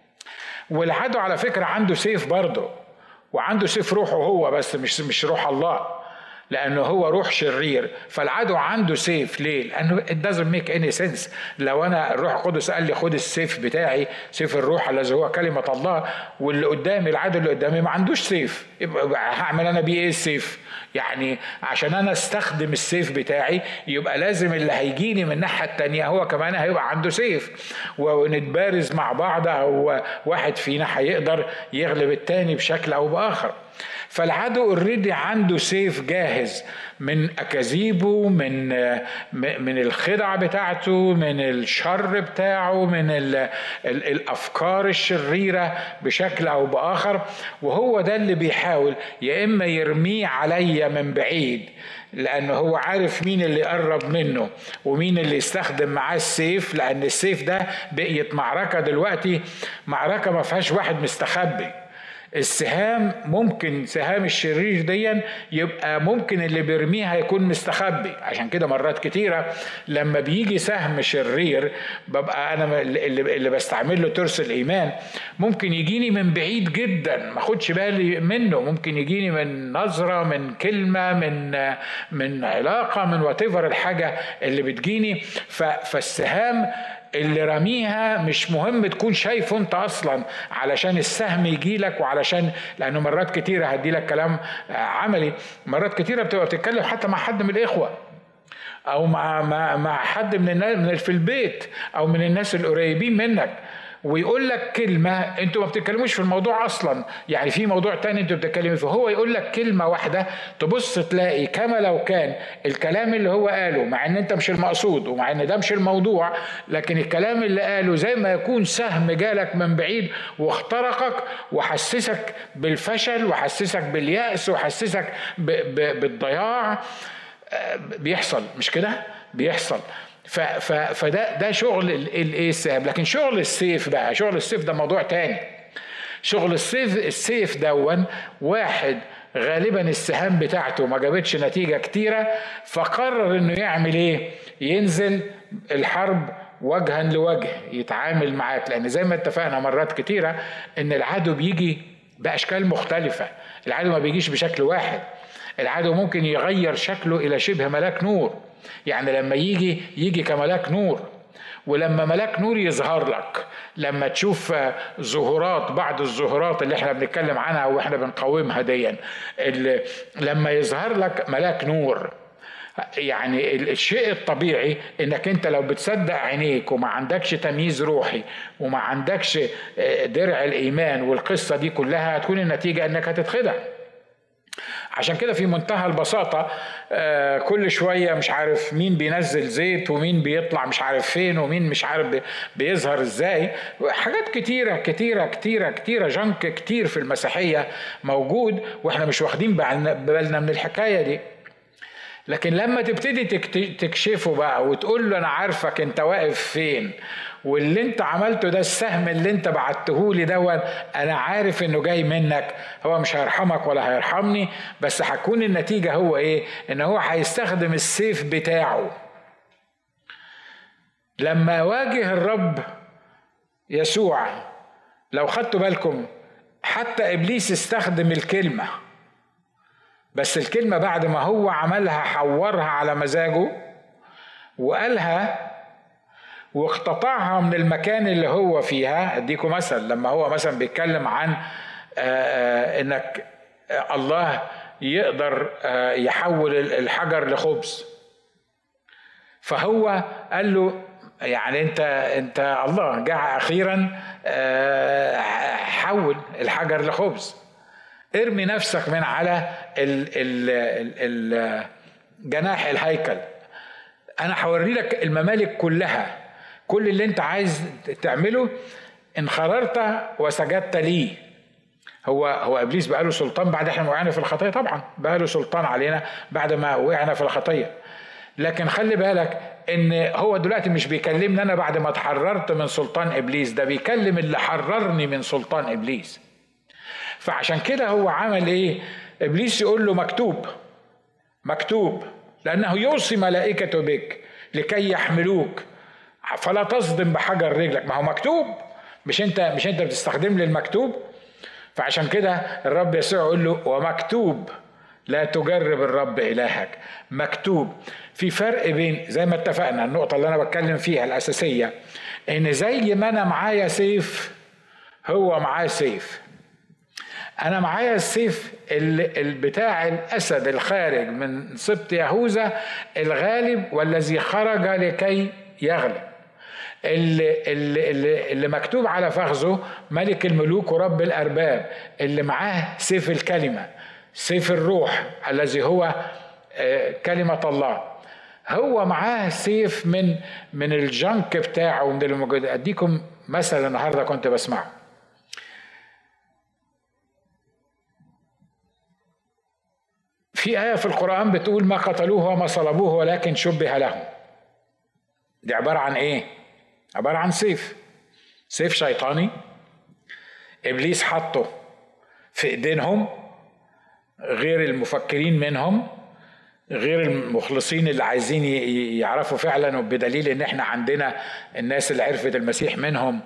Speaker 1: والعدو على فكرة عنده سيف برضه، وعنده سيف روحه هو، بس مش روح الله، لأنه هو روح شرير. فالعدو عنده سيف. ليه؟ لأنه it doesn't make any sense. لو أنا الروح القدس قال لي خد السيف بتاعي، سيف الروح الذي هو كلمة الله، واللي قدامي العدو اللي قدامي ما عندوش سيف، يبقى هعمل أنا بيه إيه السيف؟ يعني عشان أنا استخدم السيف بتاعي يبقى لازم اللي هيجيني من الناحية التانية هو كمان هيبقى عنده سيف، ونتبارز مع بعض، أو واحد فينا هيقدر يغلب التاني بشكل أو بآخر. فالعدو اوريدي عنده سيف جاهز من أكاذيبه، من الخدع بتاعته، من الشر بتاعه، من الأفكار الشريرة بشكل أو بآخر. وهو ده اللي بيحاول يا إما يرميه عليا من بعيد، لأنه هو عارف مين اللي قرب منه ومين اللي يستخدم معاه السيف، لأن السيف ده بقيت معركة دلوقتي، معركة ما فيهاش واحد مستخبي. السهام ممكن سهام الشرير دي يبقى ممكن اللي بيرميها يكون مستخبي. عشان كده مرات كتيرة لما بيجي سهم شرير ببقى أنا اللي بستعمل له ترس الإيمان، ممكن يجيني من بعيد جدا ما خدش بالي منه، ممكن يجيني من نظرة، من كلمة، من علاقة، من whatever الحاجة اللي بتجيني. فالسهام اللي رميها مش مهم تكون شايفه انت اصلا علشان السهم يجيلك، وعلشان لانه مرات كتيرة هدي لك كلام عملي، مرات كتيرة بتبقى بتتكلم حتى مع حد من الاخوة او مع حد من الناس في البيت او من الناس القريبين منك، ويقول لك كلمة انتوا ما بتتكلموش في الموضوع اصلا، يعني في موضوع تاني انتوا بتتكلموا فيه، هو يقول لك كلمة واحدة تبص تلاقي كما لو كان الكلام اللي هو قاله، مع ان انت مش المقصود ومع ان ده مش الموضوع، لكن الكلام اللي قاله زي ما يكون سهم جالك من بعيد واخترقك وحسسك بالفشل وحسسك باليأس وحسسك بالضياع. بيحصل مش كده؟ بيحصل. فده شغل السهم. لكن شغل السيف بقى، شغل السيف ده موضوع تاني. شغل السيف دون واحد غالبا السهام بتاعته ما جابتش نتيجة كتيرة، فقرر انه يعمل ايه؟ ينزل الحرب وجها لوجه، يتعامل معاك. لان زي ما اتفقنا مرات كتيرة ان العدو بيجي بأشكال مختلفة، العدو ما بيجيش بشكل واحد، العدو ممكن يغير شكله إلى شبه ملاك نور. يعني لما يجي كملاك نور، ولما ملاك نور يظهر لك، لما تشوف ظهورات، بعض الظهورات اللي احنا بنتكلم عنها واحنا بنقاومها ديا، لما يظهر لك ملاك نور، يعني الشيء الطبيعي انك انت لو بتصدق عينيك وما عندكش تمييز روحي وما عندكش درع الايمان والقصة دي كلها، هتكون النتيجة انك هتتخدع. عشان كده في منتهى البساطة كل شوية مش عارف مين بينزل زيت ومين بيطلع مش عارف فين ومين مش عارف بيظهر ازاي، حاجات كتيرة كتيرة كتيرة كتيرة، جنك كتير في المسيحية موجود واحنا مش واخدين بالنا من الحكاية دي. لكن لما تبتدي تكشفه بقى وتقول له انا عارفك انت واقف فين، واللي انت عملته ده، السهم اللي انت بعتهولي ده انا عارف انه جاي منك، هو مش هيرحمك ولا هيرحمني، بس هتكون النتيجة هو ايه؟ ان هو هيستخدم السيف بتاعه. لما واجه الرب يسوع، لو خدتوا بالكم حتى ابليس استخدم الكلمة، بس الكلمة بعد ما هو عملها حورها على مزاجه وقالها واقتطعها من المكان اللي هو فيها. اديكم مثل، لما هو مثلا بيتكلم عن انك الله يقدر يحول الحجر لخبز، فهو قال له يعني انت الله جاء اخيرا حول الحجر لخبز، ارمي نفسك من على جناح الهيكل، انا هوري لك الممالك كلها، كل اللي انت عايز تعمله ان خررت وسجدت لي. هو ابليس بقى له سلطان بعد احنا وقعنا في الخطيه، طبعا بقى له سلطان علينا بعد ما وقعنا في الخطيه، لكن خلي بالك ان هو دلوقتي مش بيكلمني انا بعد ما اتحررت من سلطان ابليس، ده بيكلم اللي حررني من سلطان ابليس. فعشان كده هو عمل ايه؟ ابليس يقول له مكتوب مكتوب، لانه يوصي ملائكته بك لكي يحملوك فلا تصدم بحجر رجلك. ما هو مكتوب، مش انت بتستخدم لي المكتوب. فعشان كده الرب يسوع يقول له ومكتوب لا تجرب الرب إلهك. مكتوب. في فرق بين، زي ما اتفقنا النقطة اللي أنا بتكلم فيها الأساسية، إن زي ما أنا معايا سيف هو معاه سيف. أنا معايا السيف بتاع الأسد الخارج من سبط يهوذا، الغالب والذي خرج لكي يغلب، اللي مكتوب على فخذه ملك الملوك ورب الأرباب، اللي معاه سيف الكلمة، سيف الروح الذي هو كلمة الله. هو معاه سيف من الجنك بتاعه ومن اللي موجود. أديكم مثلا النهارده كنت بسمعه، في آية في القرآن بتقول ما قتلوه وما صلبوه ولكن شبه لهم. دي عبارة عن إيه؟ عبارة عن سيف شيطاني إبليس حطه في إيدينهم، غير المفكرين منهم، غير المخلصين اللي عايزين يعرفوا فعلا، وبدليل إن إحنا عندنا الناس اللي عرفت المسيح منهم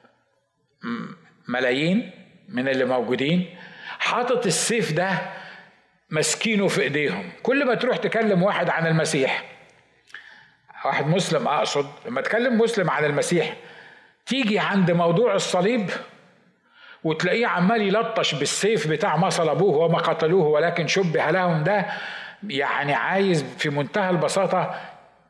Speaker 1: ملايين من اللي موجودين. حاطط السيف ده مسكينه في إيديهم. كل ما تروح تكلم واحد عن المسيح، واحد مسلم أقصد، لما تكلم مسلم عن المسيح تيجي عند موضوع الصليب وتلاقيه عمال يلطش بالسيف بتاع ما صلبوه وما قتلوه ولكن شبه لهم. ده يعني عايز في منتهى البساطة،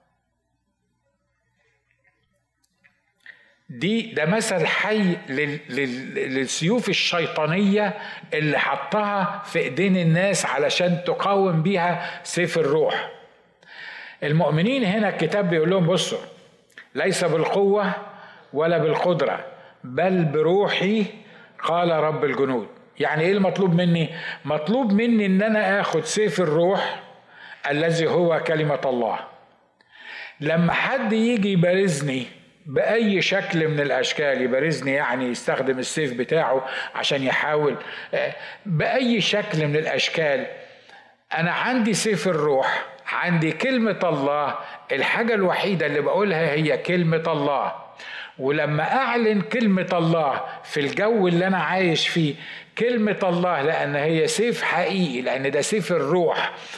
Speaker 1: ده مثل حي للسيوف الشيطانية اللي حطها في ايدين الناس علشان تقاوم بيها سيف الروح. المؤمنين هنا الكتاب بيقول لهم بصوا، ليس بالقوة ولا بالقدرة بل بروحي قال رب الجنود. يعني ايه المطلوب مني؟ مطلوب مني ان انا اخد سيف الروح الذي هو كلمة الله. لما حد يجي يبارزني بأي شكل من الأشكال، يبارزني يعني يستخدم السيف بتاعه عشان يحاول بأي شكل من الأشكال، أنا عندي سيف الروح، عندي كلمة الله، الحاجة الوحيدة اللي بقولها هي كلمة الله. ولما أعلن كلمة الله في الجو اللي أنا عايش فيه، كلمة الله، لأن هي سيف حقيقي، لأن ده سيف الروح،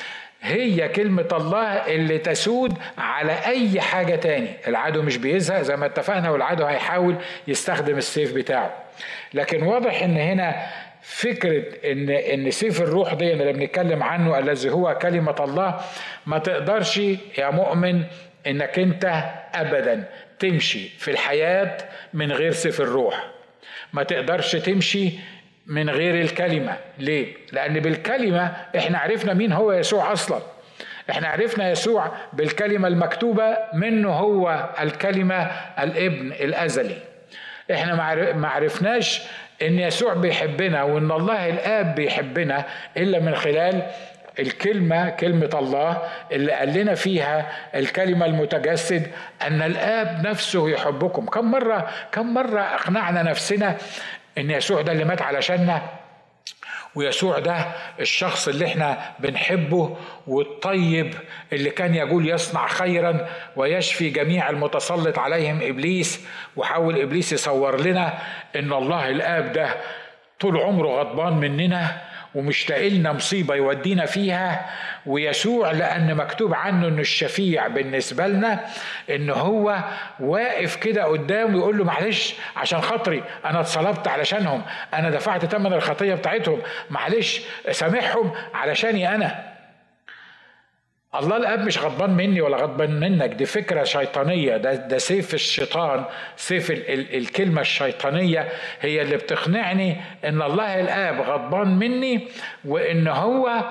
Speaker 1: هي كلمة الله اللي تسود على أي حاجة تاني. العدو مش بيزهق زي ما اتفقنا، والعدو هيحاول يستخدم السيف بتاعه. لكن واضح إن هنا فكرة إن سيف الروح دي اللي بنتكلم عنه الذي هو كلمة الله، ما تقدرش يا مؤمن إنك أنت أبدا تمشي في الحياة من غير سيف الروح. ما تقدرش تمشي من غير الكلمة. ليه؟ لأن بالكلمة احنا عرفنا مين هو يسوع أصلا. احنا عرفنا يسوع بالكلمة المكتوبة منه، هو الكلمة الابن الأزلي. احنا ما عرفناش ان يسوع بيحبنا وان الله الآب بيحبنا إلا من خلال الكلمة، كلمة الله اللي قال لنا فيها الكلمة المتجسد أن الآب نفسه يحبكم. كم مرة أقنعنا نفسنا إن يسوع ده اللي مات علشاننا، ويسوع ده الشخص اللي احنا بنحبه، والطيب اللي كان يقول يصنع خيرا ويشفي جميع المتسلط عليهم إبليس. وحاول إبليس يصور لنا إن الله الآب ده طول عمره غضبان مننا ومش لاقي لنا مصيبة يودينا فيها. ويسوع لأن مكتوب عنه إنه الشفيع بالنسبة لنا، إنه هو واقف كده قدامه يقول له معلش عشان خاطري، أنا اتصلبت علشانهم، أنا دفعت ثمن الخطية بتاعتهم، معلش سامحهم علشاني أنا. الله الاب مش غضبان مني ولا غضبان منك، دي فكره شيطانيه. ده سيف الشيطان، سيف الكلمه الشيطانيه هي اللي بتقنعني ان الله الاب غضبان مني، وان هو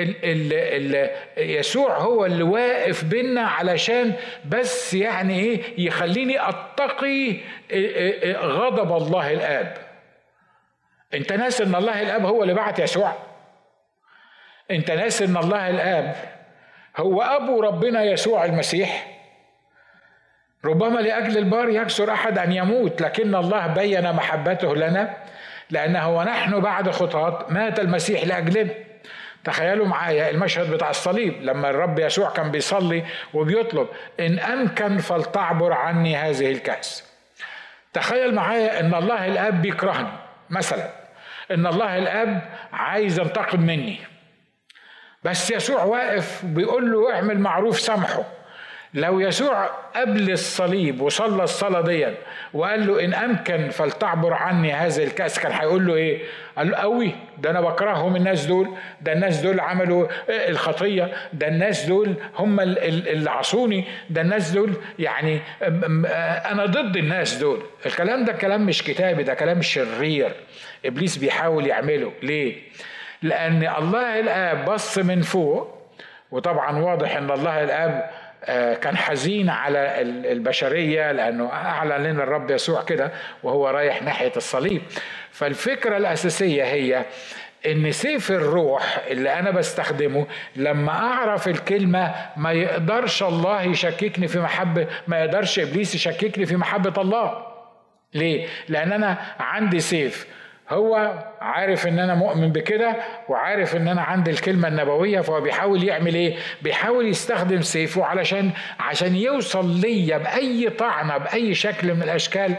Speaker 1: يسوع هو اللي واقف بينا علشان بس يعني ايه يخليني اتقي غضب الله الاب. انت ناس ان الله الاب هو اللي بعت يسوع؟ انت ناس ان الله الاب هو أبو ربنا يسوع المسيح؟ ربما لأجل البار يكسر أحد أن يموت، لكن الله بيّن محبته لنا لأنه ونحن بعد خطاة مات المسيح لأجلنا. تخيلوا معايا المشهد بتاع الصليب لما الرب يسوع كان بيصلي وبيطلب إن أمكن فلتعبر عني هذه الكأس. تخيل معايا إن الله الآب بيكرهني مثلا، إن الله الآب عايز ينتقم مني، بس يسوع واقف بيقول له اعمل معروف سامحه. لو يسوع قبل الصليب وصلى الصلاة دي وقال له إن أمكن فلتعبر عني هذه الكأس، كان هيقول له إيه؟ قال له قوي، ده أنا بكرههم الناس دول، ده الناس دول عملوا الخطية، ده الناس دول هم اللي عصوني، ده الناس دول يعني أنا ضد الناس دول. الكلام ده كلام مش كتابي، ده كلام شرير إبليس بيحاول يعمله. ليه؟ لأن الله الآب بص من فوق، وطبعا واضح أن الله الآب كان حزين على البشرية لأنه أعلن لنا الرب يسوع كده وهو رايح ناحية الصليب. فالفكرة الأساسية هي إن سيف الروح اللي أنا بستخدمه لما أعرف الكلمة ما يقدرش الله يشككني في محبة، ما يقدرش إبليس يشككني في محبة الله. ليه؟ لأن أنا عندي سيف، هو عارف ان انا مؤمن بكده وعارف ان انا عندي الكلمة النبوية، فهو بيحاول يعمل ايه؟ بيحاول يستخدم سيفه عشان يوصل ليا بأي طعنة بأي شكل من الاشكال.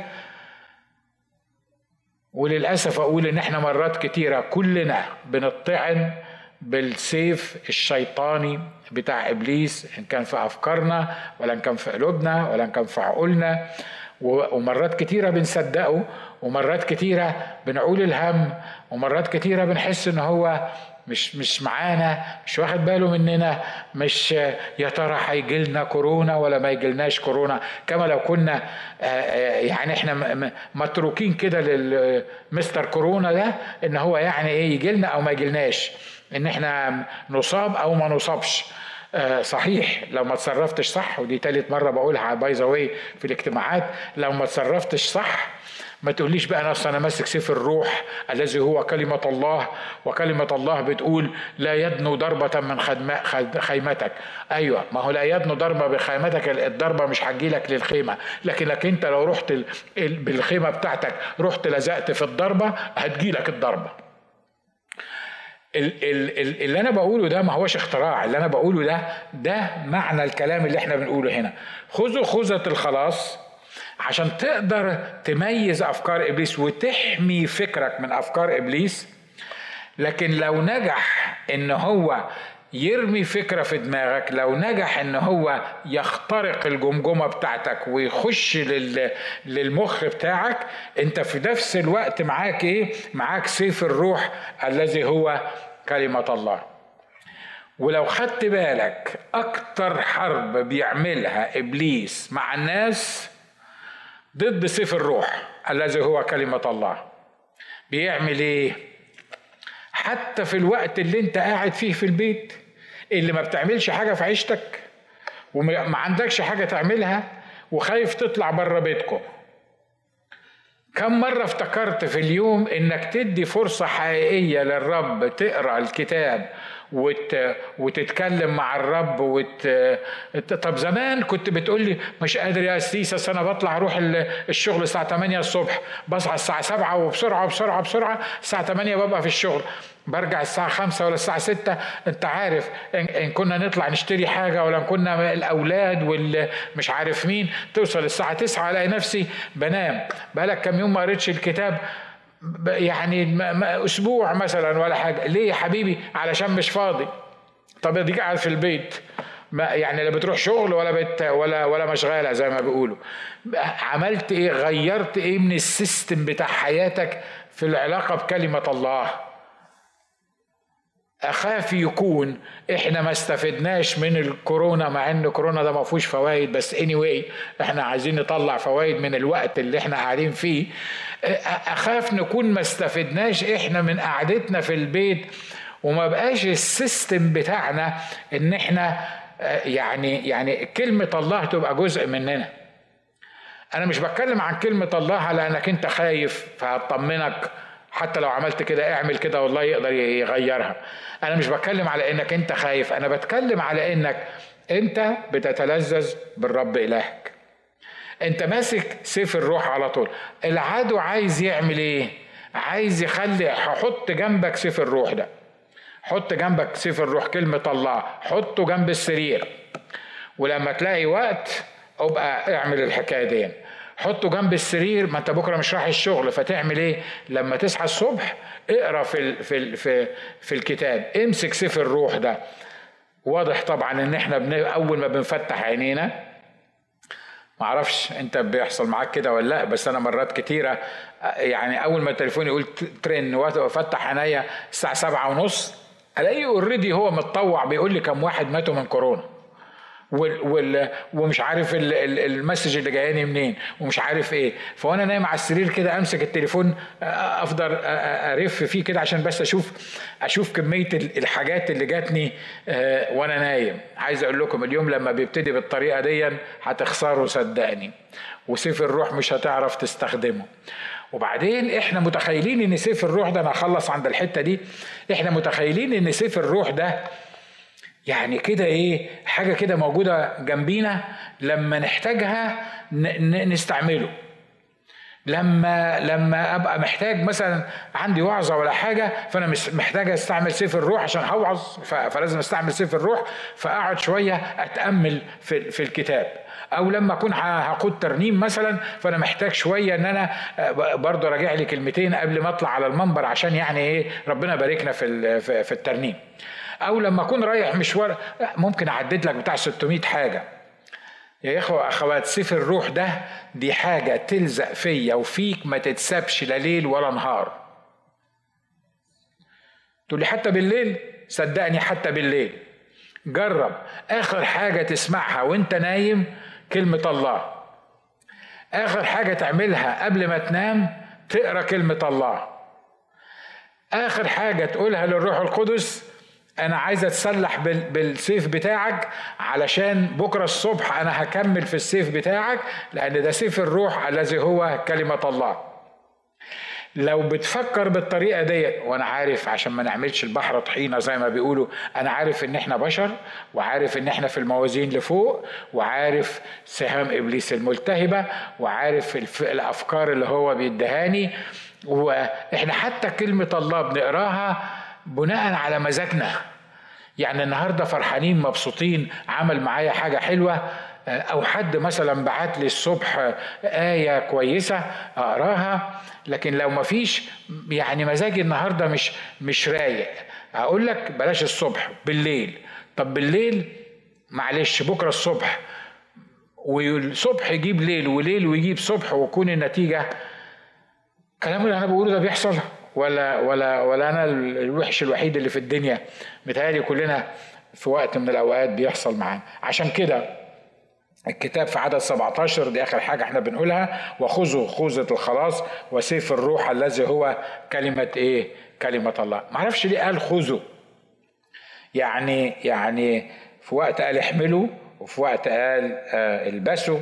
Speaker 1: وللأسف اقول ان احنا مرات كتيرة كلنا بنطعن بالسيف الشيطاني بتاع ابليس، ان كان في افكارنا ولا ان كان في قلوبنا ولا ان كان في عقولنا، ومرات كتيرة بنصدقه، ومرات كتيرة بنعول الهم، ومرات كتيرة بنحس ان هو مش معانا، مش واخد باله مننا، مش يا ترى هيجيلنا كورونا ولا ما يجيلناش كورونا، كما لو كنا يعني احنا متروكين كده للمستر كورونا ده ان هو يعني ايه يجيلنا او ما يجيلناش، ان احنا نصاب او ما نصابش. صحيح لو ما تصرفتش صح، ودي تالت مرة بقولها باي ذا واي في الاجتماعات، لو ما تصرفتش صح ما تقوليش بقى انا ماسك سيف الروح الذي هو كلمة الله، وكلمة الله بتقول لا يدنو ضربة من خيمتك. ايوه، ما هو لا يدنو ضربة بخيمتك، الضربة مش هتجيلك للخيمة، لكنك انت لو رحت بالخيمة بتاعتك رحت لزقت في الضربة هتجيلك الضربة. اللي انا بقوله ده ما هوش اختراع، اللي انا بقوله ده معنى الكلام اللي احنا بنقوله هنا. خذوا خوذة الخلاص عشان تقدر تميز افكار ابليس وتحمي فكرك من افكار ابليس. لكن لو نجح ان هو يرمي فكرة في دماغك، لو نجح ان هو يخترق الجمجمة بتاعتك ويخش للمخ بتاعك، انت في نفس الوقت معاك ايه؟ معاك سيف الروح الذي هو كلمة الله. ولو خدت بالك اكتر حرب بيعملها ابليس مع الناس ضد سيف الروح الذي هو كلمة الله. بيعمل ايه؟ حتى في الوقت اللي انت قاعد فيه في البيت، اللي ما بتعملش حاجة في عيشتك وما عندكش حاجة تعملها وخايف تطلع بره بيتكم، كم مرة افتكرت في اليوم انك تدي فرصة حقيقية للرب، تقرأ الكتاب وتتكلم مع الرب طب زمان كنت بتقولي مش قادر يا أسيس، انا بطلع اروح الشغل الساعة 8 الصبح، بصحى الساعة 7 وبسرعة بسرعة بسرعة الساعة 8 ببقى في الشغل، برجع الساعة 5 ولا الساعة 6. انت عارف ان كنا نطلع نشتري حاجة ولا كنا الأولاد والمش عارف مين، توصل الساعة 9 الاقي نفسي بنام. بقالك كم يوم ما قريتش الكتاب، يعني أسبوع مثلا ولا حاجة. ليه يا حبيبي؟ علشان مش فاضي. طب اديك قاعد في البيت، ما يعني لا بتروح شغل ولا مشغالة زي ما بيقولوا. عملت ايه؟ غيرت ايه من السيستم بتاع حياتك في العلاقة بكلمة الله؟ اخاف يكون احنا ما استفدناش من الكورونا، مع ان كورونا ده ما فيهوش فوائد، بس anyway احنا عايزين نطلع فوائد من الوقت اللي احنا قاعدين فيه. اخاف نكون ما استفدناش احنا من قعدتنا في البيت، وما بقاش السيستم بتاعنا ان احنا يعني كلمة الله تبقى جزء مننا. انا مش بتكلم عن كلمة الله على انك انت خايف فهطمنك حتى لو عملت كده اعمل كده والله يقدر يغيرها. انا مش بتكلم على انك انت خايف، انا بتكلم على انك انت بتتلذذ بالرب الهك، انت ماسك سيف الروح على طول. العدو عايز يعمل ايه؟ عايز يخلي، حط جنبك سيف الروح ده، حط جنبك سيف الروح كلمة الله، حطه جنب السرير، ولما تلاقي وقت ابقى اعمل الحكاية دي. حطه جنب السرير، ما انت بكره مش رايح الشغل، فتعمل ايه؟ لما تصحى الصبح اقرا في الكتاب، امسك سيف الروح ده. واضح طبعا ان احنا اول ما بنفتح عينينا، معرفش انت بيحصل معاك كده ولا لا، بس انا مرات كتيره يعني اول ما التليفون يقول ترن وافتح عينيا الساعه 7:30 الاقيه اوريدي هو متطوع بيقول لي كم واحد ماتوا من كورونا، ومش عارف المسج اللي جاياني منين ومش عارف ايه. فوانا نايم على السرير كده امسك التليفون افضل ارف فيه كده عشان بس اشوف كميه الحاجات اللي جاتني وانا نايم. عايز اقول لكم اليوم لما بيبتدي بالطريقه دي هتخسروا صدقني، وسيف الروح مش هتعرف تستخدمه. وبعدين احنا متخيلين ان سيف الروح ده، انا هخلص عند الحته دي، احنا متخيلين ان سيف الروح ده يعني كده ايه، حاجة كده موجودة جنبينا لما نحتاجها نستعمله. لما ابقى محتاج مثلا عندي وعظة ولا حاجة، فانا مش محتاج استعمل سيف الروح عشان هوعظ، فلازم استعمل سيف الروح، فاقعد شوية اتأمل في الكتاب. او لما اكون هقود ترنيم مثلا، فانا محتاج شوية ان انا برضه راجع لي كلمتين قبل ما اطلع على المنبر عشان يعني ايه ربنا باركنا في الترنيم. او لما اكون رايح مشوار ممكن اعدد لك بتاع 600 حاجة. يا اخوة اخوات، سيف الروح ده دي حاجة تلزق فيا وفيك، ما تتسابش لا ليل ولا نهار. تقول لي حتى بالليل؟ صدقني حتى بالليل. جرب اخر حاجة تسمعها وانت نايم كلمة الله، اخر حاجة تعملها قبل ما تنام تقرأ كلمة الله، اخر حاجة تقولها للروح القدس انا عايز اتسلح بالسيف بتاعك علشان بكرة الصبح انا هكمل في السيف بتاعك، لان ده سيف الروح الذي هو كلمة الله. لو بتفكر بالطريقة دي، وانا عارف عشان ما نعملش البحر طحينة زي ما بيقولوا، انا عارف ان احنا بشر، وعارف ان احنا في الموازين لفوق، وعارف سهام ابليس الملتهبة، وعارف الافكار اللي هو بيدهاني، واحنا حتى كلمة الله بنقراها بناء على مزاجنا. يعني النهاردة فرحانين مبسوطين، عمل معايا حاجة حلوة، او حد مثلا بعت لي الصبح آية كويسة اقراها، لكن لو ما فيش يعني مزاجي النهاردة مش رايق، اقول لك بلاش الصبح، بالليل. طب بالليل معلش بكرة الصبح، والصبح يجيب ليل وليل ويجيب صبح، ويكون النتيجة الكلام اللي انا بقوله ده بيحصل ولا انا الوحش الوحيد اللي في الدنيا؟ متهيألي كلنا في وقت من الاوقات بيحصل معانا. عشان كده الكتاب في عدد 17 دي اخر حاجه احنا بنقولها: وخذوا خوذة الخلاص وسيف الروح الذي هو كلمه ايه؟ كلمه الله. معرفش ليه قال خذوا، يعني في وقت قال احملوا وفي وقت قال البسوا،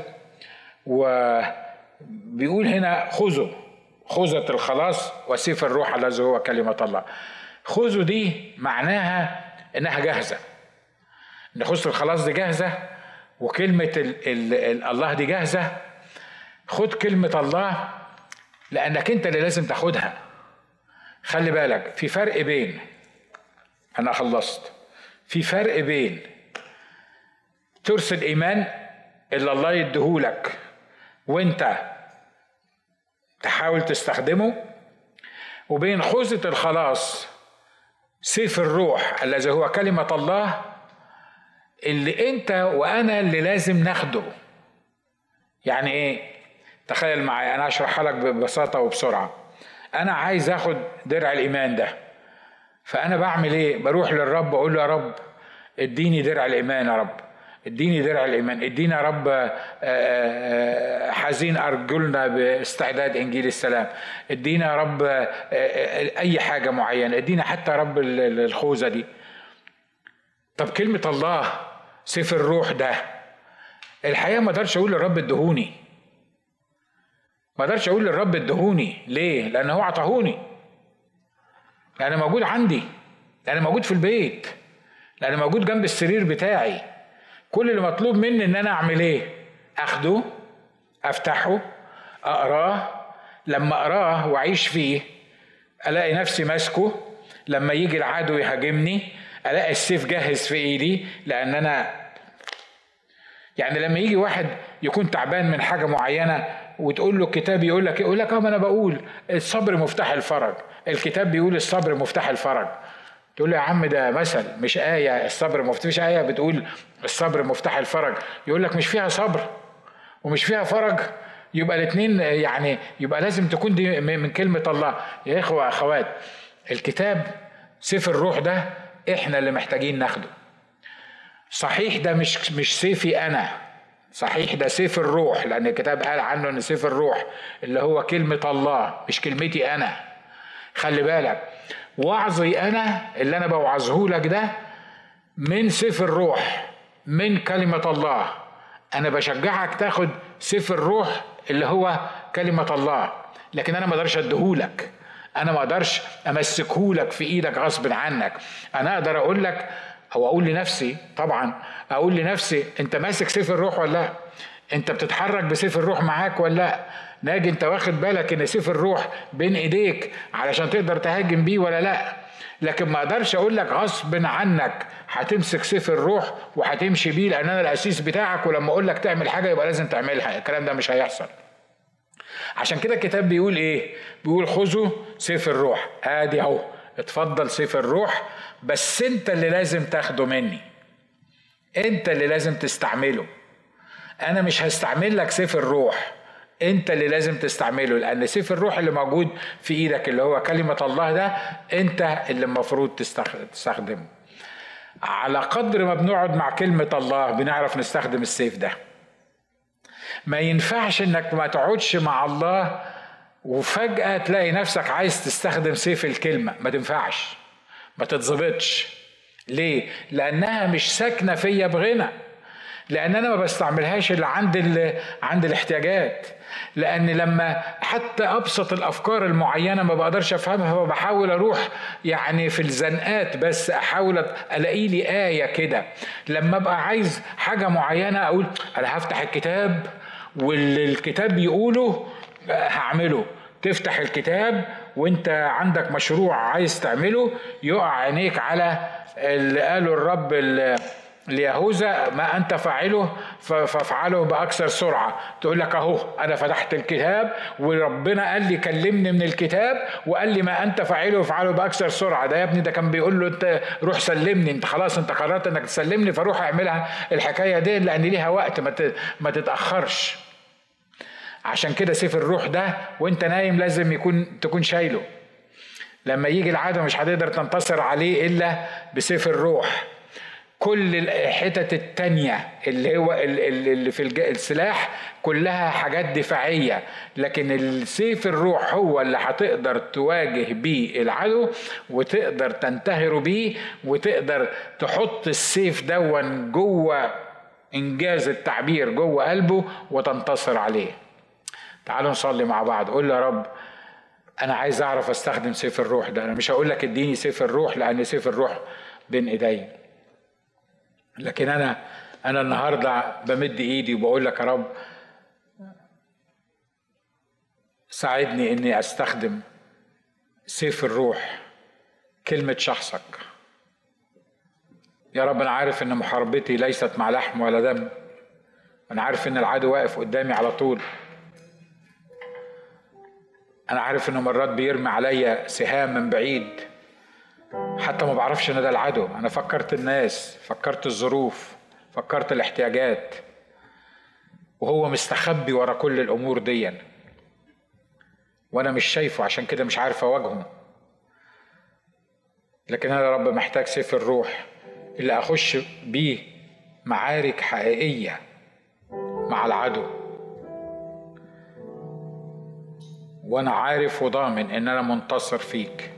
Speaker 1: وبيقول هنا خذوا خوذة الخلاص وسيف الروح الذي هو كلمة الله. خذوا دي معناها انها جاهزة، ان خوذة الخلاص دي جاهزة، وكلمة الله دي جاهزة. خد كلمة الله لانك انت اللي لازم تاخدها. خلي بالك في فرق بين، انا خلصت، في فرق بين ترس الايمان اللي الله يديهولك وانت تحاول تستخدمه، وبين خوذة الخلاص سيف الروح الذي هو كلمة الله اللي انت وانا اللي لازم ناخده. يعني ايه؟ تخيل معايا، انا اشرحها لك ببساطة وبسرعة. انا عايز اخد درع الايمان ده، فانا بعمل ايه؟ بروح للرب اقول له: يا رب اديني درع الايمان، يا رب اديني درع الايمان، ادينا يا رب حزين ارجلنا باستعداد انجيل السلام، ادينا يا رب اي حاجه معينه، ادينا حتى يا رب الخوذه دي. طب كلمه الله سيف الروح ده، الحقيقه ما اقدرش اقول للرب ادهوني، ما اقدرش اقول للرب ادهوني. ليه؟ لان هو عطاهوني، لان موجود عندي، لان موجود في البيت، لان موجود جنب السرير بتاعي. كل اللي مطلوب مني ان انا اعمل ايه؟ اخده، افتحه، اقراه. لما اقراه واعيش فيه الاقي نفسي ماسكه. لما يجي العدو يهاجمني الاقي السيف جاهز في ايدي، لان انا يعني لما يجي واحد يكون تعبان من حاجه معينه وتقول له الكتاب يقول لك ايه؟ يقول لك ما انا بقول الصبر مفتاح الفرج، الكتاب بيقول الصبر مفتاح الفرج. تقول له يا عم ده مثل مش آية، الصبر مش آية بتقول الصبر مفتاح الفرج. يقول لك مش فيها صبر ومش فيها فرج، يبقى الاثنين يعني يبقى لازم تكون دي من كلمة الله. يا إخوة وأخوات، الكتاب سيف الروح ده إحنا اللي محتاجين ناخده. صحيح ده مش سيفي أنا، صحيح ده سيف الروح، لأن الكتاب قال عنه إن سيف الروح اللي هو كلمة الله مش كلمتي أنا. خلي بالك، وعظي انا اللي انا بوعظه لك ده من سيف الروح، من كلمة الله. انا بشجعك تاخد سيف الروح اللي هو كلمة الله، لكن انا ما اقدرش اديهولك، انا ما اقدرش امسكهولك في ايدك غصب عنك. انا اقدر اقول لك او اقول لنفسي، طبعا اقول لنفسي انت ماسك سيف الروح ولا لا؟ انت بتتحرك بسيف الروح معاك ولا لا؟ ناجي انت واخد بالك ان سيف الروح بين ايديك علشان تقدر تهاجم بيه ولا لا؟ لكن ما اقدرش اقول لك غصب عنك هتمسك سيف الروح وهتمشي بيه لان انا الاسيس بتاعك، ولما اقول لك تعمل حاجه يبقى لازم تعملها. الكلام ده مش هيحصل. عشان كده الكتاب بيقول ايه؟ بيقول خذوا سيف الروح. ادي اهو، اتفضل سيف الروح، بس انت اللي لازم تاخده مني، انت اللي لازم تستعمله. انا مش هستعمل لك سيف الروح، انت اللي لازم تستعمله، لان سيف الروح اللي موجود في ايدك اللي هو كلمة الله ده انت اللي المفروض تستخدمه. على قدر ما بنقعد مع كلمة الله بنعرف نستخدم السيف ده. ما ينفعش انك ما تقعدش مع الله وفجأة تلاقي نفسك عايز تستخدم سيف الكلمة. ما تنفعش، ما تتظبطش. ليه؟ لانها مش ساكنة فيا بغنى، لان انا ما بستعملهاش اللي عند الاحتياجات، لان لما حتى ابسط الافكار المعينه ما بقدرش افهمها فبحاول اروح يعني في الزنقات، بس احاول الاقي لي ايه كده. لما ابقى عايز حاجه معينه اقول انا هفتح الكتاب واللي الكتاب بيقوله هعمله. تفتح الكتاب وانت عندك مشروع عايز تعمله، يقع عينيك على اللي قاله الرب ليهوذا ما أنت فاعله فافعله بأكثر سرعة. تقول لك أهو أنا فتحت الكتاب وربنا قال لي كلمني من الكتاب وقال لي ما أنت فاعله فافعله بأكثر سرعة. ده يا ابني ده كان بيقول له أنت روح سلمني، أنت خلاص أنت قررت أنك تسلمني فروح اعملها الحكاية دي لأن ليها وقت ما تتأخرش. عشان كده سيف الروح ده وانت نايم لازم تكون شايله. لما يجي العدو مش هتقدر تنتصر عليه إلا بسيف الروح. كل الحتت التانية اللي هو اللي في السلاح كلها حاجات دفاعية، لكن السيف الروح هو اللي هتقدر تواجه بيه العدو وتقدر تنتهره بيه وتقدر تحط السيف دون جوه إنجاز التعبير جوه قلبه وتنتصر عليه. تعالوا نصلي مع بعض. قول يا رب أنا عايز أعرف أستخدم سيف الروح ده. أنا مش هقول لك اديني سيف الروح لأن سيف الروح بين إيدي، لكن أنا النهاردة بمد إيدي وبقول لك يا رب ساعدني إني أستخدم سيف الروح، كلمة شخصك. يا رب أنا عارف إن محاربتي ليست مع لحم ولا دم، أنا عارف إن العدو واقف قدامي على طول، أنا عارف إنه مرات بيرمي عليا سهام من بعيد حتى ما بعرفش إن ده العدو. أنا فكرت الناس، فكرت الظروف، فكرت الاحتياجات، وهو مستخبي ورا كل الأمور دي وأنا مش شايفه، عشان كده مش عارف أواجهه. لكن أنا يا رب محتاج سيف الروح اللي أخش بيه معارك حقيقية مع العدو وأنا عارف وضامن إن أنا منتصر فيك.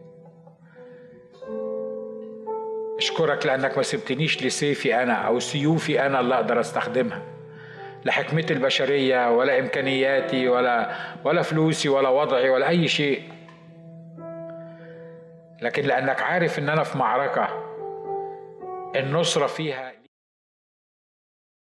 Speaker 1: أشكرك لأنك ما سبتنيش لسيفي أنا أو سيوفي أنا اللي أقدر أستخدمها، لا حكمتي البشرية ولا إمكانياتي ولا فلوسي ولا وضعي ولا أي شيء، لكن لأنك عارف إن أنا في معركة النصرة فيها